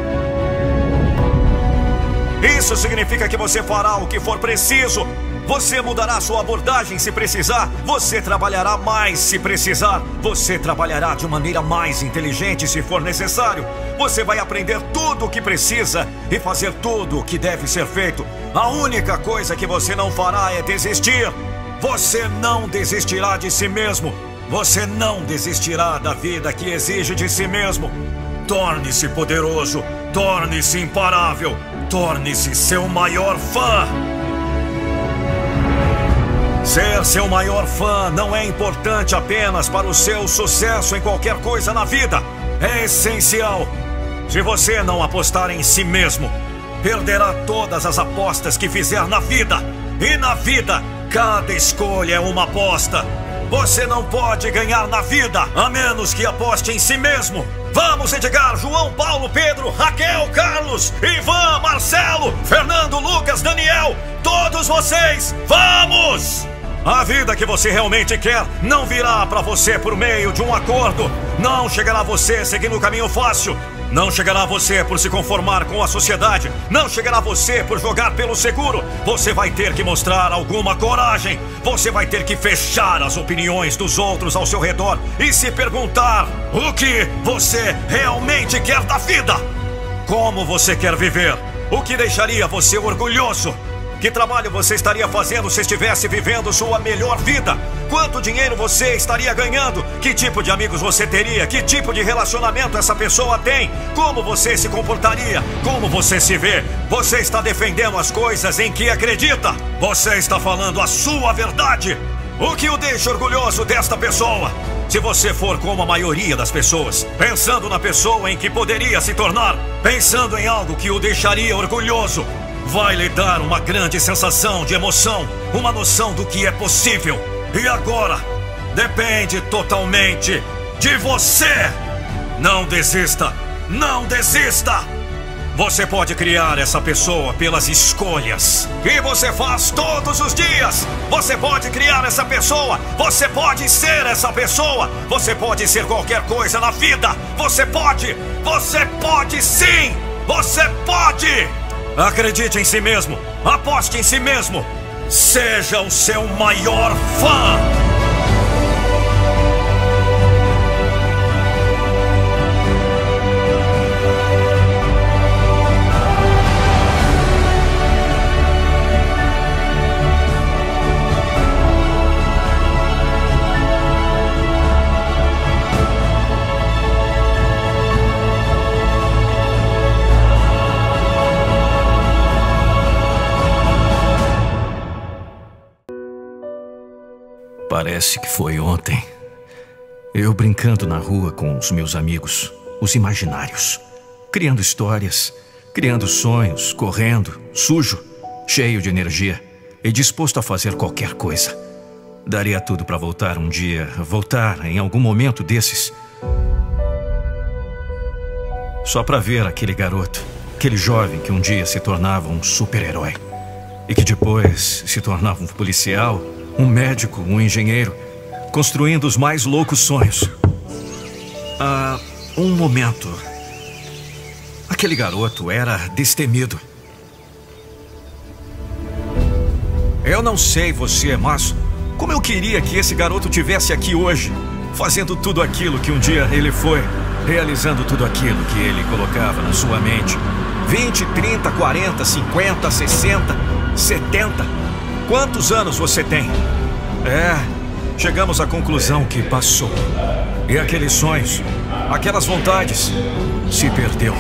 Isso significa que você fará o que for preciso. Você mudará sua abordagem se precisar. Você trabalhará mais se precisar. Você trabalhará de maneira mais inteligente se for necessário. Você vai aprender tudo o que precisa e fazer tudo o que deve ser feito. A única coisa que você não fará é desistir. Você não desistirá de si mesmo. Você não desistirá da vida que exige de si mesmo. Torne-se poderoso, torne-se imparável, torne-se seu maior fã. Ser seu maior fã não é importante apenas para o seu sucesso em qualquer coisa na vida. É essencial. Se você não apostar em si mesmo, perderá todas as apostas que fizer na vida. E na vida, cada escolha é uma aposta. Você não pode ganhar na vida a menos que aposte em si mesmo. Vamos, Edgar, João, Paulo, Pedro, Raquel, Carlos, Ivan, Marcelo, Fernando, Lucas, Daniel, todos vocês, vamos! A vida que você realmente quer não virá para você por meio de um acordo. Não chegará a você seguindo o caminho fácil. Não chegará a você por se conformar com a sociedade. Não chegará a você por jogar pelo seguro. Você vai ter que mostrar alguma coragem. Você vai ter que fechar as opiniões dos outros ao seu redor e se perguntar o que você realmente quer da vida. Como você quer viver? O que deixaria você orgulhoso? Que trabalho você estaria fazendo se estivesse vivendo sua melhor vida? Quanto dinheiro você estaria ganhando? Que tipo de amigos você teria? Que tipo de relacionamento essa pessoa tem? Como você se comportaria? Como você se vê? Você está defendendo as coisas em que acredita? Você está falando a sua verdade? O que o deixa orgulhoso desta pessoa? Se você for como a maioria das pessoas, pensando na pessoa em que poderia se tornar, pensando em algo que o deixaria orgulhoso, vai lhe dar uma grande sensação de emoção, uma noção do que é possível. E agora, depende totalmente de você. Não desista, não desista. Você pode criar essa pessoa pelas escolhas que você faz todos os dias. Você pode criar essa pessoa. Você pode ser essa pessoa. Você pode ser qualquer coisa na vida. Você pode sim. Você pode. Acredite em si mesmo. Aposte em si mesmo. Seja o seu maior fã. Parece que foi ontem. Eu brincando na rua com os meus amigos, os imaginários, criando histórias, criando sonhos, correndo, sujo, cheio de energia e disposto a fazer qualquer coisa. Daria tudo para voltar um dia, voltar em algum momento desses. Só para ver aquele garoto, aquele jovem que um dia se tornava um super-herói e que depois se tornava um policial, um médico, um engenheiro, construindo os mais loucos sonhos. Um momento. Aquele garoto era destemido. Eu não sei você, mas como eu queria que esse garoto tivesse aqui hoje, fazendo tudo aquilo que um dia ele foi, realizando tudo aquilo que ele colocava na sua mente. 20, 30, 40, 50, 60, 70... Quantos anos você tem? Chegamos à conclusão que passou. E aqueles sonhos, aquelas vontades, se perdeu.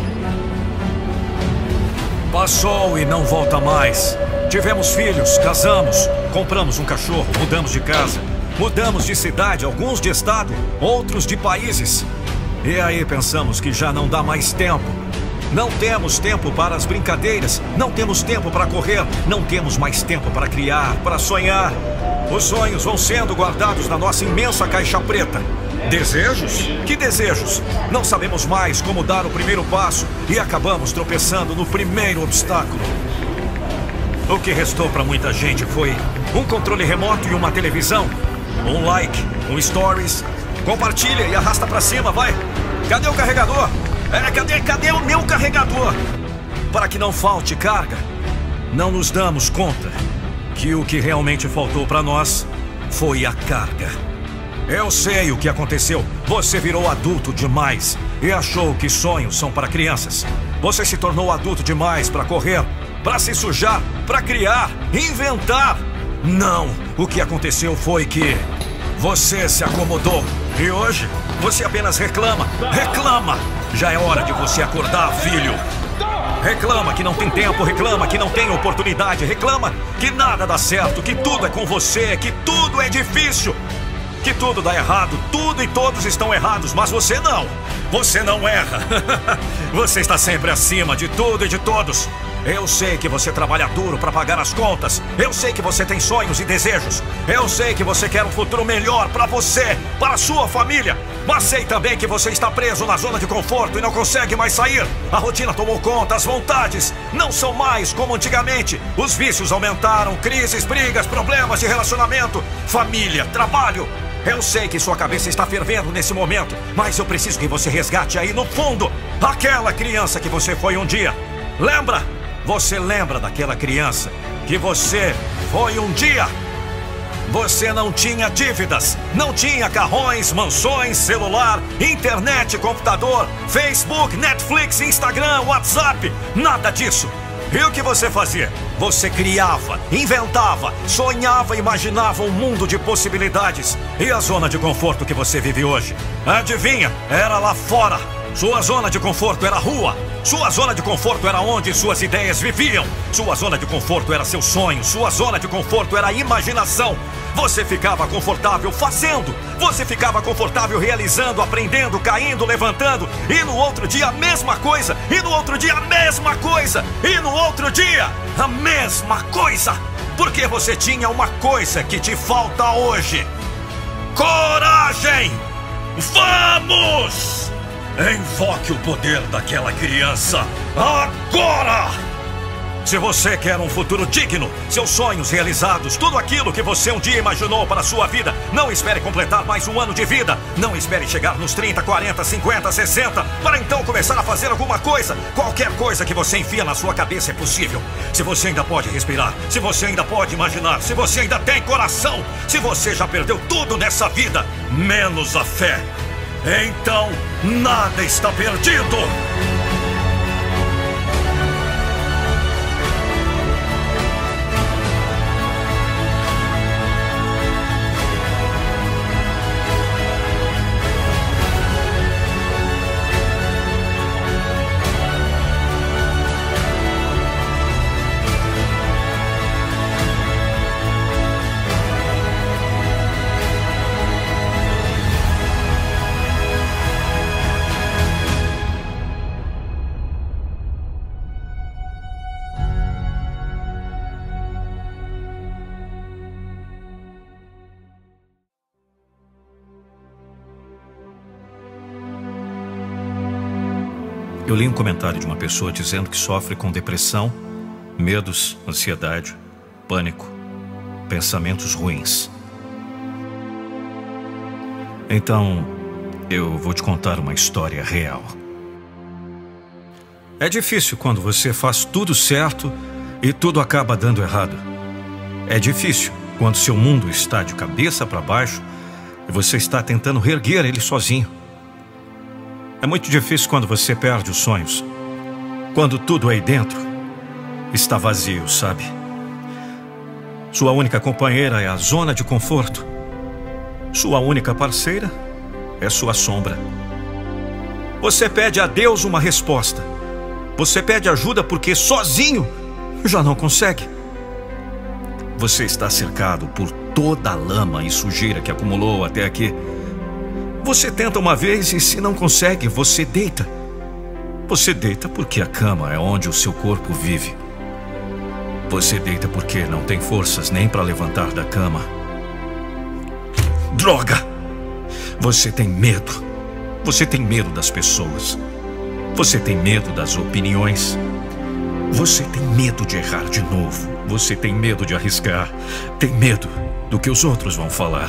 Passou e não volta mais. Tivemos filhos, casamos, compramos um cachorro, mudamos de casa, mudamos de cidade, alguns de estado, outros de países. E aí pensamos que já não dá mais tempo. Não temos tempo para as brincadeiras, não temos tempo para correr, não temos mais tempo para criar, para sonhar. Os sonhos vão sendo guardados na nossa imensa caixa preta. Desejos? Que desejos? Não sabemos mais como dar o primeiro passo e acabamos tropeçando no primeiro obstáculo. O que restou para muita gente foi um controle remoto e uma televisão, um like, um stories. Compartilha e arrasta para cima, vai! Cadê o carregador? Cadê o meu carregador? Para que não falte carga. Não nos damos conta que o que realmente faltou para nós foi a carga. Eu sei o que aconteceu. Você virou adulto demais e achou que sonhos são para crianças. Você se tornou adulto demais para correr, para se sujar, para criar, inventar. Não, o que aconteceu foi que você se acomodou. E hoje, você apenas reclama, reclama. Já é hora de você acordar, filho. Reclama que não tem tempo, reclama que não tem oportunidade, reclama que nada dá certo, que tudo é com você, que tudo é difícil, que tudo dá errado, tudo e todos estão errados, mas você não. Você não erra. Você está sempre acima de tudo e de todos. Eu sei que você trabalha duro para pagar as contas. Eu sei que você tem sonhos e desejos. Eu sei que você quer um futuro melhor para você, para a sua família. Mas sei também que você está preso na zona de conforto e não consegue mais sair. A rotina tomou conta, as vontades não são mais como antigamente. Os vícios aumentaram, crises, brigas, problemas de relacionamento, família, trabalho. Eu sei que sua cabeça está fervendo nesse momento, mas eu preciso que você resgate aí no fundo aquela criança que você foi um dia. Lembra? Você lembra daquela criança que você foi um dia? Você não tinha dívidas, não tinha carrões, mansões, celular, internet, computador, Facebook, Netflix, Instagram, WhatsApp, nada disso. E o que você fazia? Você criava, inventava, sonhava, imaginava um mundo de possibilidades. E a zona de conforto que você vive hoje? Adivinha? Era lá fora. Sua zona de conforto era a rua. Sua zona de conforto era onde suas ideias viviam. Sua zona de conforto era seu sonho. Sua zona de conforto era a imaginação. Você ficava confortável fazendo. Você ficava confortável realizando, aprendendo, caindo, levantando. E no outro dia a mesma coisa. E no outro dia a mesma coisa. E no outro dia a mesma coisa. Porque você tinha uma coisa que te falta hoje: coragem! Vamos! Invoque o poder daquela criança agora! Se você quer um futuro digno, seus sonhos realizados, tudo aquilo que você um dia imaginou para a sua vida, não espere completar mais um ano de vida. Não espere chegar nos 30, 40, 50, 60 para então começar a fazer alguma coisa. Qualquer coisa que você enfia na sua cabeça é possível. Se você ainda pode respirar, se você ainda pode imaginar, se você ainda tem coração, se você já perdeu tudo nessa vida, menos a fé, então nada está perdido. Eu li um comentário de uma pessoa dizendo que sofre com depressão, medos, ansiedade, pânico, pensamentos ruins. Então, eu vou te contar uma história real. É difícil quando você faz tudo certo e tudo acaba dando errado. É difícil quando seu mundo está de cabeça para baixo e você está tentando reerguer ele sozinho. É muito difícil quando você perde os sonhos. Quando tudo aí dentro está vazio, sabe? Sua única companheira é a zona de conforto. Sua única parceira é sua sombra. Você pede a Deus uma resposta. Você pede ajuda porque sozinho já não consegue. Você está cercado por toda a lama e sujeira que acumulou até aqui. Você tenta uma vez e se não consegue, você deita. Você deita porque a cama é onde o seu corpo vive. Você deita porque não tem forças nem para levantar da cama. Droga! Você tem medo. Você tem medo das pessoas. Você tem medo das opiniões. Você tem medo de errar de novo. Você tem medo de arriscar. Tem medo do que os outros vão falar.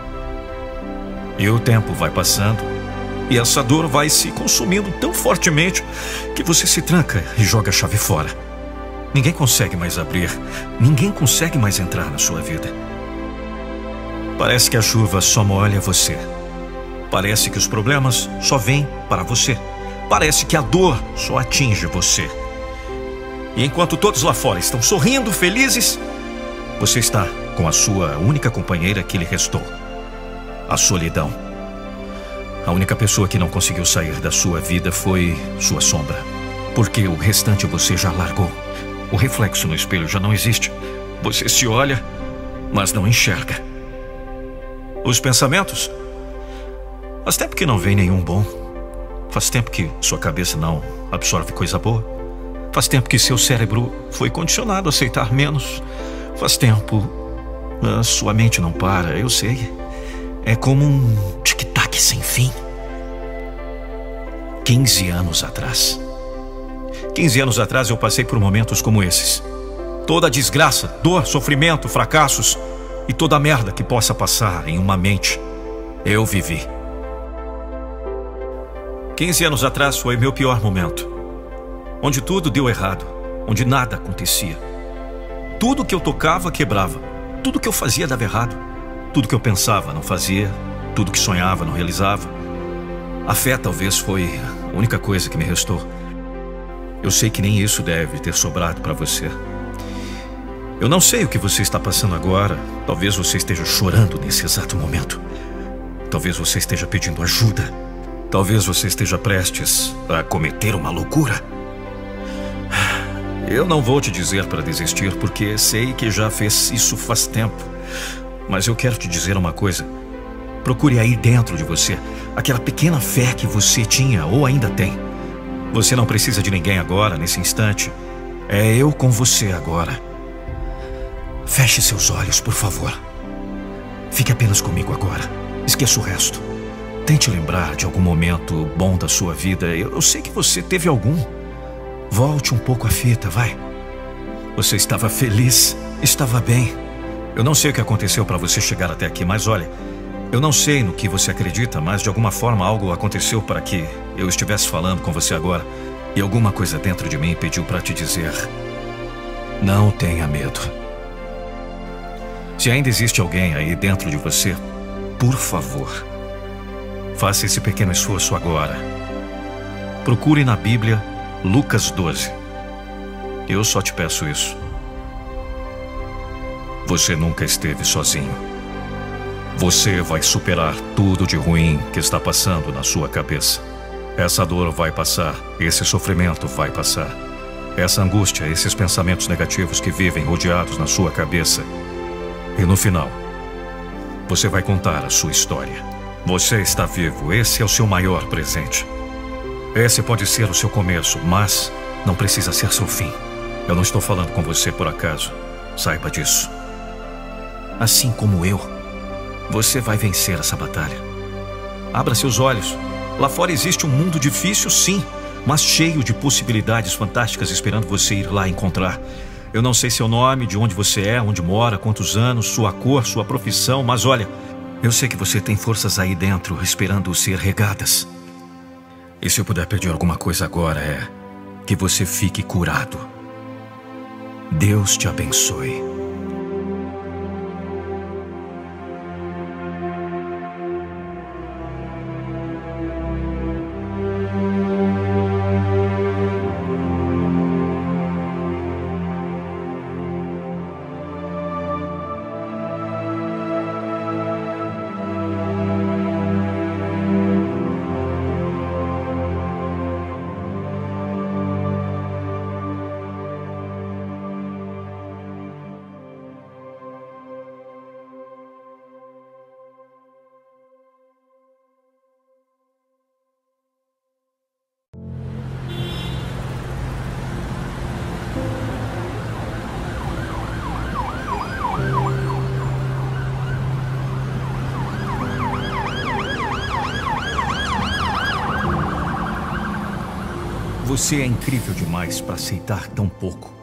E o tempo vai passando e essa dor vai se consumindo tão fortemente que você se tranca e joga a chave fora. Ninguém consegue mais abrir, ninguém consegue mais entrar na sua vida. Parece que a chuva só molha você. Parece que os problemas só vêm para você. Parece que a dor só atinge você. E enquanto todos lá fora estão sorrindo, felizes, você está com a sua única companheira que lhe restou: a solidão. A única pessoa que não conseguiu sair da sua vida foi sua sombra. Porque o restante você já largou. O reflexo no espelho já não existe. Você se olha, mas não enxerga. Os pensamentos? Faz tempo que não vem nenhum bom. Faz tempo que sua cabeça não absorve coisa boa. Faz tempo que seu cérebro foi condicionado a aceitar menos. Faz tempo. Sua mente não para, eu sei. É como um tic-tac sem fim. 15 anos atrás. 15 anos atrás eu passei por momentos como esses. Toda a desgraça, dor, sofrimento, fracassos e toda a merda que possa passar em uma mente, eu vivi. 15 anos atrás foi meu pior momento. Onde tudo deu errado, onde nada acontecia. Tudo que eu tocava quebrava. Tudo que eu fazia dava errado. Tudo que eu pensava não fazia. Tudo que sonhava não realizava. A fé talvez foi a única coisa que me restou. Eu sei que nem isso deve ter sobrado para você. Eu não sei o que você está passando agora. Talvez você esteja chorando nesse exato momento. Talvez você esteja pedindo ajuda. Talvez você esteja prestes a cometer uma loucura. Eu não vou te dizer para desistir, porque sei que já fez isso faz tempo. Mas eu quero te dizer uma coisa. Procure aí dentro de você aquela pequena fé que você tinha ou ainda tem. Você não precisa de ninguém agora, nesse instante. É eu com você agora. Feche seus olhos, por favor. Fique apenas comigo agora. Esqueça o resto. Tente lembrar de algum momento bom da sua vida. Eu sei que você teve algum. Volte um pouco a fita, vai. Você estava feliz, estava bem. Eu não sei o que aconteceu para você chegar até aqui, mas olha, eu não sei no que você acredita, mas de alguma forma algo aconteceu para que eu estivesse falando com você agora. E alguma coisa dentro de mim pediu para te dizer: não tenha medo. Se ainda existe alguém aí dentro de você, por favor, faça esse pequeno esforço agora. Procure na Bíblia Lucas 12. Eu só te peço isso. Você nunca esteve sozinho. Você vai superar tudo de ruim que está passando na sua cabeça. Essa dor vai passar, esse sofrimento vai passar. Essa angústia, esses pensamentos negativos que vivem rodeados na sua cabeça. E no final, você vai contar a sua história. Você está vivo, esse é o seu maior presente. Esse pode ser o seu começo, mas não precisa ser seu fim. Eu não estou falando com você por acaso. Saiba disso. Assim como eu, você vai vencer essa batalha. Abra seus olhos. Lá fora existe um mundo difícil, sim, mas cheio de possibilidades fantásticas esperando você ir lá encontrar. Eu não sei seu nome, de onde você é, onde mora, quantos anos, sua cor, sua profissão, mas olha, eu sei que você tem forças aí dentro esperando ser regadas. E se eu puder pedir alguma coisa agora é que você fique curado. Deus te abençoe. Você é incrível demais para aceitar tão pouco.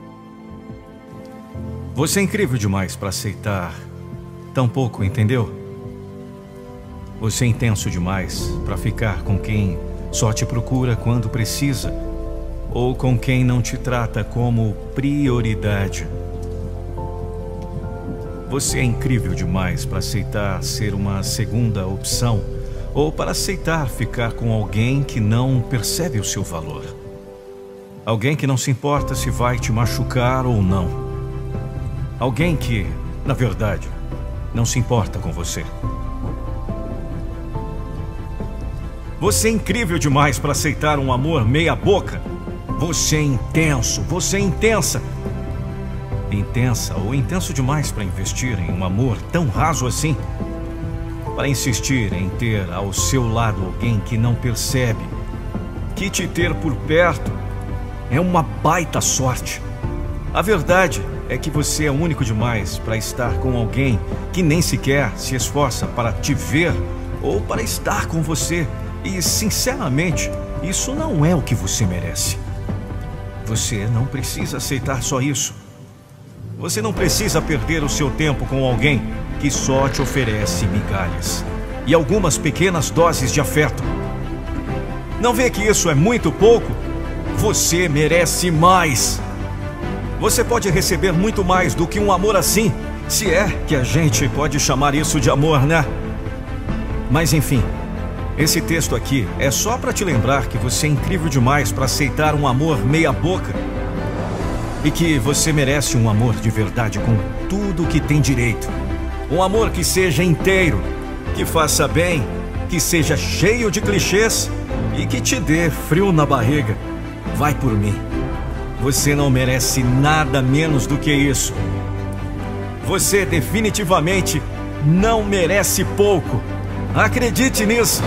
Você é incrível demais para aceitar tão pouco, entendeu? Você é intenso demais para ficar com quem só te procura quando precisa, ou com quem não te trata como prioridade. Você é incrível demais para aceitar ser uma segunda opção, ou para aceitar ficar com alguém que não percebe o seu valor. Alguém que não se importa se vai te machucar ou não. Alguém que, na verdade, não se importa com você. Você é incrível demais para aceitar um amor meia-boca. Você é intenso, você é intensa. Intensa ou intenso demais para investir em um amor tão raso assim. Para insistir em ter ao seu lado alguém que não percebe que te ter por perto é uma baita sorte. A verdade é que você é único demais para estar com alguém que nem sequer se esforça para te ver ou para estar com você. E, sinceramente, isso não é o que você merece. Você não precisa aceitar só isso. Você não precisa perder o seu tempo com alguém que só te oferece migalhas e algumas pequenas doses de afeto. Não vê que isso é muito pouco? Você merece mais. Você pode receber muito mais do que um amor assim, se é que a gente pode chamar isso de amor, né? Mas enfim, esse texto aqui é só para te lembrar que você é incrível demais para aceitar um amor meia-boca e que você merece um amor de verdade com tudo que tem direito. Um amor que seja inteiro, que faça bem, que seja cheio de clichês e que te dê frio na barriga. Vai por mim. Você não merece nada menos do que isso. Você definitivamente não merece pouco. Acredite nisso.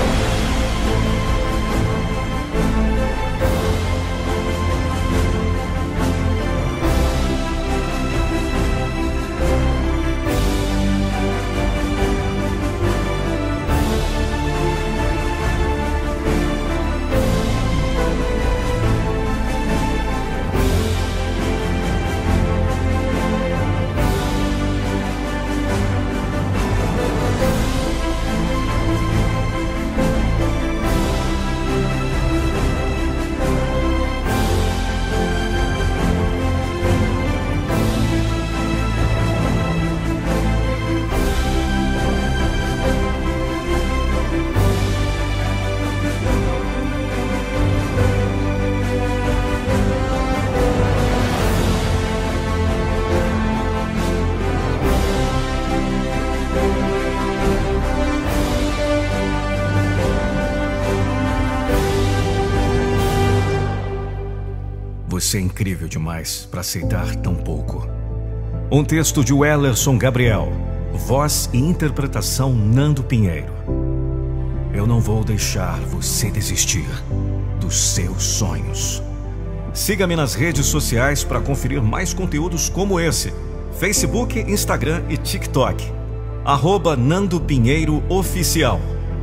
Você é incrível demais para aceitar tão pouco. Um texto de Wellerson Gabriel. Voz e interpretação Nando Pinheiro. Eu não vou deixar você desistir dos seus sonhos. Siga-me nas redes sociais para conferir mais conteúdos como esse. Facebook, Instagram e TikTok. @Nando Pinheiro Oficial.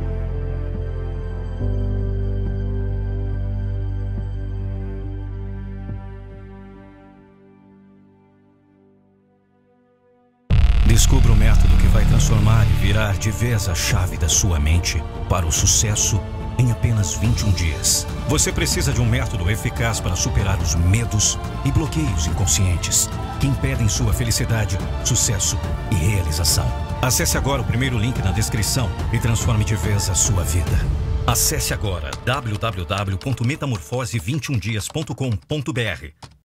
Descubra o método que vai transformar e virar de vez a chave da sua mente para o sucesso em apenas 21 dias. Você precisa de um método eficaz para superar os medos e bloqueios inconscientes que impedem sua felicidade, sucesso e realização. Acesse agora o primeiro link na descrição e transforme de vez a sua vida. Acesse agora www.metamorfose21dias.com.br